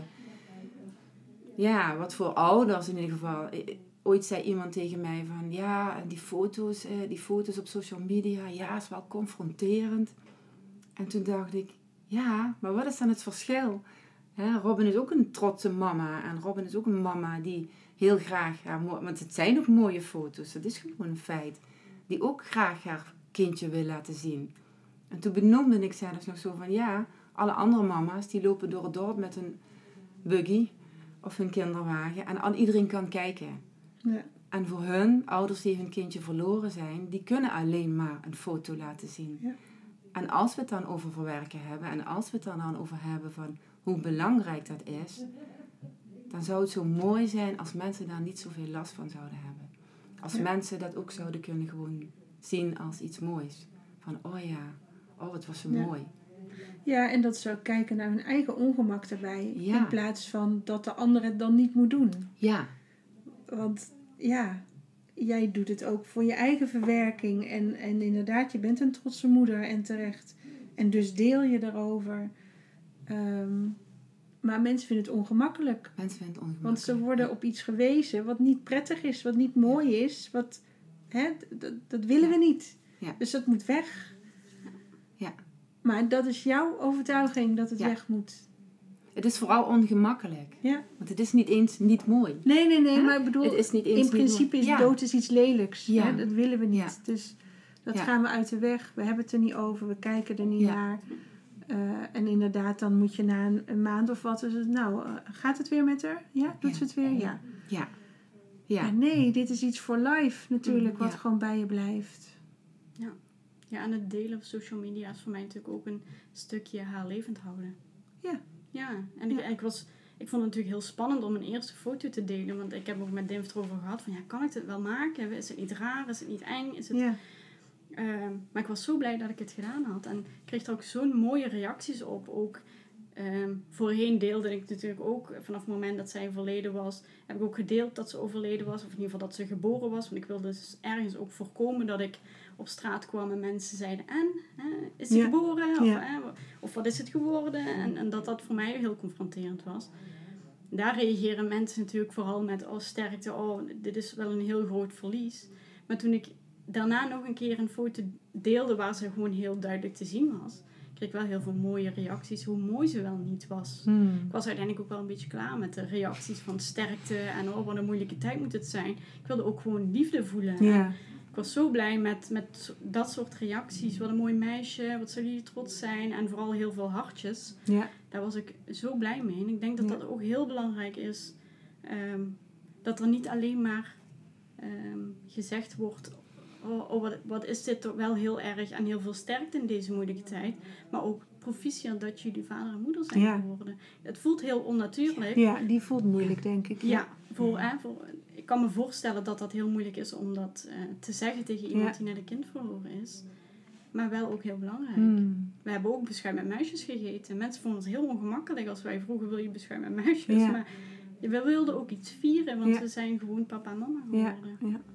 Ja, wat voor ouders in ieder geval... Ooit zei iemand tegen mij van... Ja, en die foto's, eh, die foto's op social media... Ja, is wel confronterend. En toen dacht ik... Ja, maar wat is dan het verschil? Hè, Robin is ook een trotse mama. En Robin is ook een mama die heel graag... Ja, want het zijn ook mooie foto's. Dat is gewoon een feit. Die ook graag haar kindje wil laten zien. En toen benoemde ik zelfs nog zo van... Ja, alle andere mama's die lopen door het dorp met een buggy... Of hun kinderwagen. En aan iedereen kan kijken... Ja. En voor hun, ouders die hun kindje verloren zijn, die kunnen alleen maar een foto laten zien. Ja. En als we het dan over verwerken hebben, en als we het dan over hebben van hoe belangrijk dat is, dan zou het zo mooi zijn als mensen daar niet zoveel last van zouden hebben. Als ja. mensen dat ook zouden kunnen gewoon zien als iets moois. Van, oh ja, oh het was zo ja. mooi. Ja, en dat ze ook kijken naar hun eigen ongemak erbij, ja. in plaats van dat de ander het dan niet moet doen. Ja. Want ja, jij doet het ook voor je eigen verwerking. En, en inderdaad, je bent een trotse moeder en terecht. En dus deel je erover. Um, maar mensen vinden het ongemakkelijk. Mensen vinden het ongemakkelijk. Want ze worden ja. op iets gewezen wat niet prettig is, wat niet mooi is. Wat, hè, dat, dat willen ja. we niet. Ja. Dus dat moet weg. Ja. Maar dat is jouw overtuiging dat het ja. weg moet. Het is vooral ongemakkelijk. Ja. Want het is niet eens niet mooi. Nee, nee, nee. Huh? Maar ik bedoel, het is niet eens in principe is ja. dood is iets lelijks. Ja. Hè? Dat willen we niet. Ja. Dus dat ja. gaan we uit de weg. We hebben het er niet over. We kijken er niet ja. naar. Uh, en inderdaad, dan moet je na een, een maand of wat... Is het, nou, uh, gaat het weer met haar? Ja? Doet ja. ze het weer? Ja. Ja. ja. Maar nee, dit is iets voor life natuurlijk. Wat ja. gewoon bij je blijft. Ja. Ja, en het delen op social media is voor mij natuurlijk ook een stukje haar levend houden. Ja. Ja, en, ja. Ik, en ik, was, ik vond het natuurlijk heel spannend om een eerste foto te delen. Want ik heb ook met Dim erover gehad van, ja, kan ik dit wel maken? Is het niet raar? Is het niet eng? Is het... Ja. Uh, maar ik was zo blij dat ik het gedaan had. En ik kreeg er ook zo'n mooie reacties op. Ook um, voorheen deelde ik natuurlijk ook, vanaf het moment dat zij overleden was, heb ik ook gedeeld dat ze overleden was. Of in ieder geval dat ze geboren was. Want ik wilde dus ergens ook voorkomen dat ik op straat kwam en mensen zeiden, en? Hè, is ze ja. geboren? Of, ja. hè, of wat is het geworden? En, en dat dat voor mij heel confronterend was. Daar reageren mensen natuurlijk vooral met, oh sterkte, oh dit is wel een heel groot verlies. Maar toen ik daarna nog een keer een foto deelde waar ze gewoon heel duidelijk te zien was, kreeg ik wel heel veel mooie reacties, hoe mooi ze wel niet was. Hmm. Ik was uiteindelijk ook wel een beetje klaar met de reacties van sterkte en oh wat een moeilijke tijd moet het zijn. Ik wilde ook gewoon liefde voelen. Ja. Ik was zo blij met, met dat soort reacties. Wat een mooi meisje, wat zou jullie trots zijn. En vooral heel veel hartjes. Ja. Daar was ik zo blij mee. En ik denk dat ja. dat ook heel belangrijk is. Um, dat er niet alleen maar um, gezegd wordt... Oh, oh wat, wat is dit toch wel heel erg en heel veel sterkte in deze moeilijke tijd. Maar ook proficiat dat jullie vader en moeder zijn ja. geworden. Het voelt heel onnatuurlijk. Ja, die voelt moeilijk, denk ik. Ja, ja voor, hè, voor, ik kan me voorstellen dat dat heel moeilijk is om dat uh, te zeggen tegen iemand ja. die net een kind verloren is. Maar wel ook heel belangrijk. Mm. We hebben ook beschuit met muisjes gegeten. Mensen vonden het heel ongemakkelijk als wij vroegen, wil je beschuit met muisjes? Ja. Maar we wilden ook iets vieren, want ja. we zijn gewoon papa en mama geworden. Ja. Ja.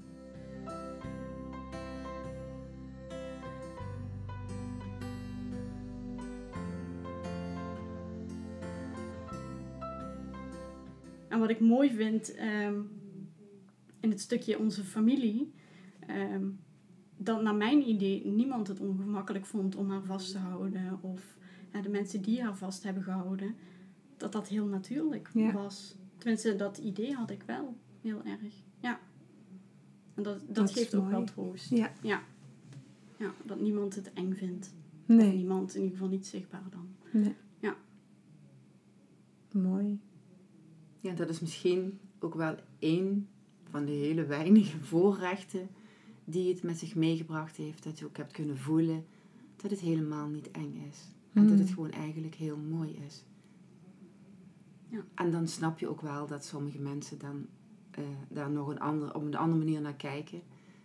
En wat ik mooi vind um, in het stukje onze familie, um, dat naar mijn idee niemand het ongemakkelijk vond om haar vast te houden. Of uh, de mensen die haar vast hebben gehouden, dat dat heel natuurlijk ja. was. Tenminste, dat idee had ik wel heel erg. Ja. En dat, dat, dat geeft ook mooi. Wel troost. Ja. Ja. Ja, dat niemand het eng vindt. Nee. Of niemand, in ieder geval niet zichtbaar dan. Nee. Ja. Mooi. Ja, dat is misschien ook wel één van de hele weinige voorrechten die het met zich meegebracht heeft. Dat je ook hebt kunnen voelen dat het helemaal niet eng is. En mm. dat het gewoon eigenlijk heel mooi is. Ja. En dan snap je ook wel dat sommige mensen dan uh, daar nog een andere, op een andere manier naar kijken.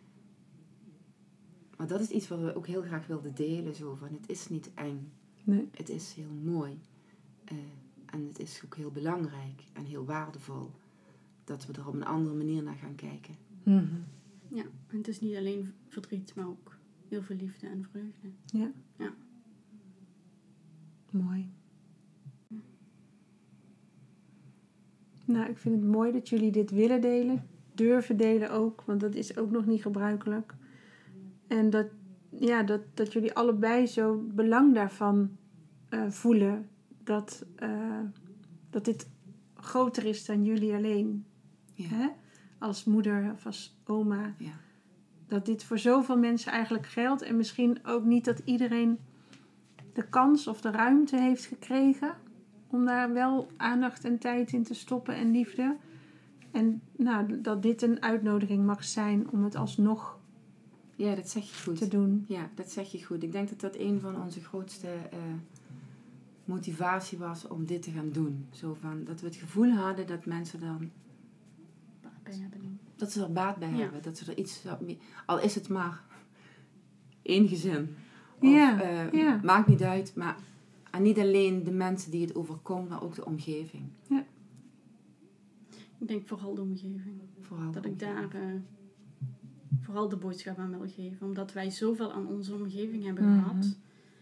Maar dat is iets wat we ook heel graag wilden delen. Zo van, het is niet eng. Nee. Het is heel mooi. Uh, En het is ook heel belangrijk en heel waardevol dat we er op een andere manier naar gaan kijken. Mm-hmm. Ja, en het is niet alleen verdriet, maar ook heel veel liefde en vreugde. Ja. Ja. Mooi. Ja. Nou, ik vind het mooi dat jullie dit willen delen. Durven delen ook, want dat is ook nog niet gebruikelijk. En dat, ja, dat, dat jullie allebei zo belang daarvan uh, voelen. Dat, uh, dat dit groter is dan jullie alleen. Ja. Hè? Als moeder of als oma. Ja. Dat dit voor zoveel mensen eigenlijk geldt. En misschien ook niet dat iedereen de kans of de ruimte heeft gekregen. Om daar wel aandacht en tijd in te stoppen en liefde. En nou, dat dit een uitnodiging mag zijn om het alsnog ja, dat zeg je goed. te doen. Ja, dat zeg je goed. Ik denk dat dat een van onze grootste... Uh, motivatie was om dit te gaan doen. Zo van, dat we het gevoel hadden dat mensen dan... Baat bij hebben. Dat ze er baat bij ja. hebben. Dat ze er iets... Al is het maar één gezin. Of, ja. Uh, ja. Maakt niet uit. Maar en niet alleen de mensen die het overkomt, maar ook de omgeving. Ja. Ik denk vooral de omgeving. Vooral dat de ik daar... Uh, vooral de boodschap aan wil geven. Omdat wij zoveel aan onze omgeving hebben mm-hmm. gehad.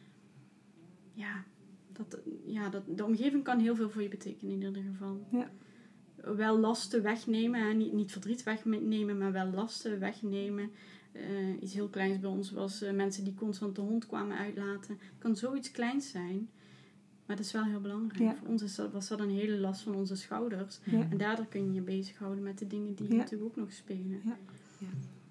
Ja... Dat, ja, dat, de omgeving kan heel veel voor je betekenen in ieder geval. Ja. Wel lasten wegnemen, hè? Niet, niet verdriet wegnemen, maar wel lasten wegnemen. Uh, iets heel kleins bij ons was uh, mensen die constant de hond kwamen uitlaten. Het kan zoiets kleins zijn, maar dat is wel heel belangrijk. Ja. Voor ons is dat, was dat een hele last van onze schouders. Ja. En daardoor kun je je bezighouden met de dingen die ja. natuurlijk ook nog spelen. Ja. Ja.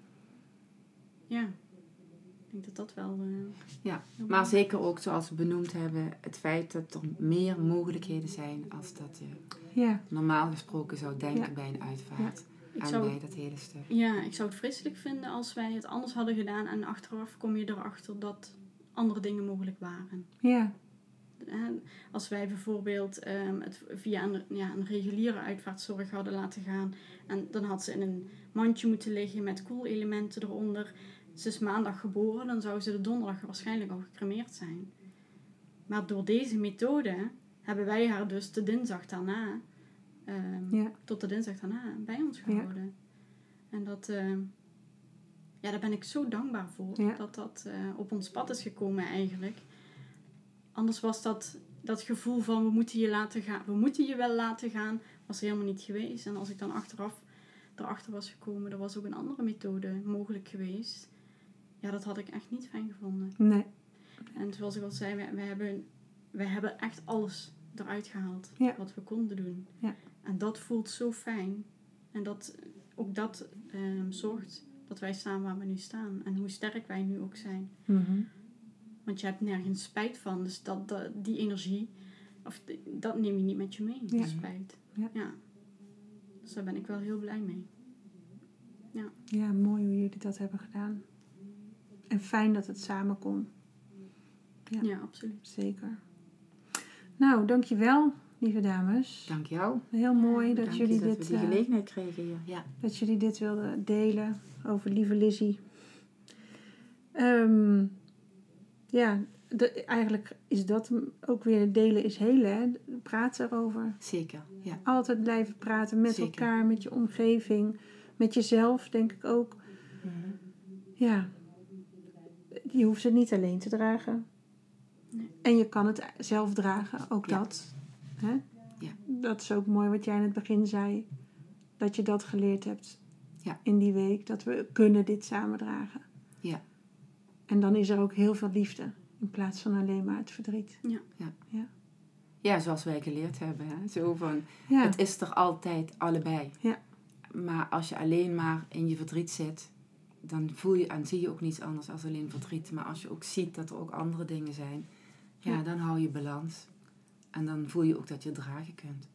ja. Ik denk dat dat wel... Uh, ja, maar zeker ook zoals we benoemd hebben, het feit dat er meer mogelijkheden zijn als dat je ja. normaal gesproken zou denken ja. bij een uitvaart. Ja. En zou, bij dat hele stuk. Ja, ik zou het vreselijk vinden als wij het anders hadden gedaan en achteraf kom je erachter dat andere dingen mogelijk waren. Ja. En als wij bijvoorbeeld um, het via een, ja, een reguliere uitvaartzorg hadden laten gaan en dan had ze in een mandje moeten liggen met koelelementen eronder. Ze is maandag geboren, dan zou ze de donderdag waarschijnlijk al gecremeerd zijn. Maar door deze methode hebben wij haar dus de dinsdag daarna, um, ja. tot de dinsdag daarna bij ons gehouden. Ja. En dat, uh, ja, daar ben ik zo dankbaar voor, ja. dat dat uh, op ons pad is gekomen eigenlijk. Anders was dat, dat gevoel van we moeten je laten gaan, we moeten je wel laten gaan, was er helemaal niet geweest. En als ik dan achteraf erachter was gekomen, er was ook een andere methode mogelijk geweest. Ja, dat had ik echt niet fijn gevonden. Nee. En zoals ik al zei, we, we, hebben, we hebben echt alles eruit gehaald ja. wat we konden doen. Ja. En dat voelt zo fijn. En dat, ook dat um, zorgt dat wij staan waar we nu staan. En hoe sterk wij nu ook zijn. Mm-hmm. Want je hebt nergens spijt van. Dus dat, dat, die energie, of die, dat neem je niet met je mee, ja. die spijt. Ja. Ja. Dus daar ben ik wel heel blij mee. Ja. Ja, mooi hoe jullie dat hebben gedaan. En fijn dat het samen kon. Ja, ja absoluut. Zeker. Nou, dankjewel, lieve dames. Dank jou. Heel mooi Ja, dat dank jullie je dat dit... we die uh, gelegenheid kregen hier. Ja. Dat jullie dit wilden delen over lieve Lizzie. Um, ja, de, eigenlijk is dat ook weer delen is helen. Hè? Praten erover. Zeker, ja. Altijd blijven praten met Zeker. elkaar, met je omgeving. Met jezelf, denk ik ook. Mm-hmm. Ja. Je hoeft het niet alleen te dragen. Nee. En je kan het zelf dragen, ook ja. dat. Hè? Ja. Dat is ook mooi wat jij in het begin zei. Dat je dat geleerd hebt ja. in die week. Dat we kunnen dit samen dragen. Ja. En dan is er ook heel veel liefde. In plaats van alleen maar het verdriet. Ja. Ja, ja. ja zoals wij geleerd hebben. Hè? Zo van, ja. Het is er altijd allebei. Ja. Maar als je alleen maar in je verdriet zit, dan voel je en zie je ook niets anders als alleen verdriet. Maar als je ook ziet dat er ook andere dingen zijn, ja, ja. dan hou je balans. En dan voel je ook dat je dragen kunt.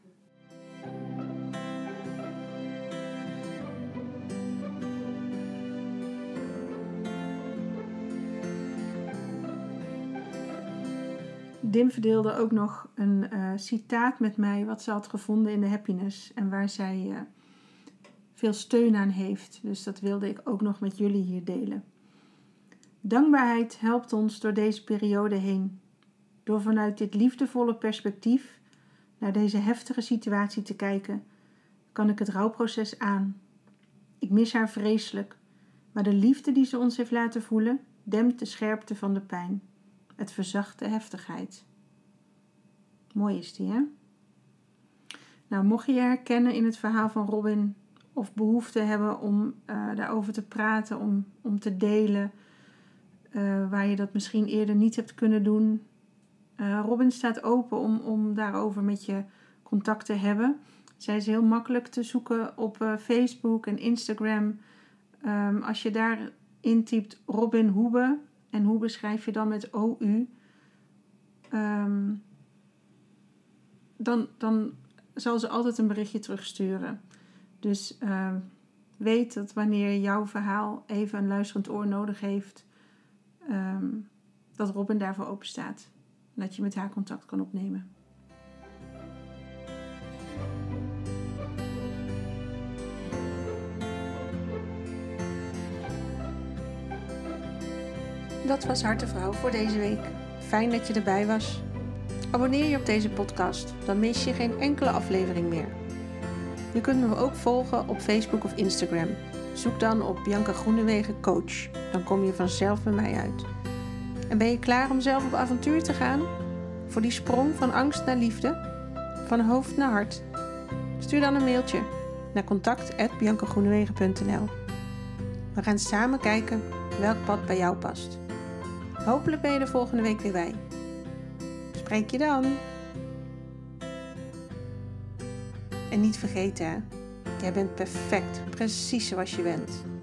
Dim verdeelde ook nog een uh, citaat met mij wat ze had gevonden in de Happiness. En waar zij uh, veel steun aan heeft. Dus dat wilde ik ook nog met jullie hier delen. Dankbaarheid helpt ons door deze periode heen. Door vanuit dit liefdevolle perspectief naar deze heftige situatie te kijken, kan ik het rouwproces aan. Ik mis haar vreselijk, maar de liefde die ze ons heeft laten voelen, dempt de scherpte van de pijn. Het verzacht de heftigheid. Mooi is die, hè? Nou, mocht je je herkennen in het verhaal van Robin of behoefte hebben om uh, daarover te praten, om, om te delen, uh, waar je dat misschien eerder niet hebt kunnen doen. Uh, Robin staat open om, om daarover met je contact te hebben. Zij is heel makkelijk te zoeken op uh, Facebook en Instagram. Um, als je daar intypt Robin Hoebe, en hoe beschrijf je dan met O U? Um, dan, dan zal ze altijd een berichtje terugsturen. Dus uh, weet dat wanneer jouw verhaal even een luisterend oor nodig heeft, um, dat Robin daarvoor open staat. En dat je met haar contact kan opnemen. Dat was Hartevrouw voor deze week. Fijn dat je erbij was. Abonneer je op deze podcast, dan mis je geen enkele aflevering meer. Je kunt me ook volgen op Facebook of Instagram. Zoek dan op Bianca Groenewegen Coach. Dan kom je vanzelf bij mij uit. En ben je klaar om zelf op avontuur te gaan? Voor die sprong van angst naar liefde? Van hoofd naar hart? Stuur dan een mailtje naar contact at bianca groenewegen punt n l. We gaan samen kijken welk pad bij jou past. Hopelijk ben je er volgende week weer bij. Spreek je dan. En niet vergeten, hè? Jij bent perfect, precies zoals je bent.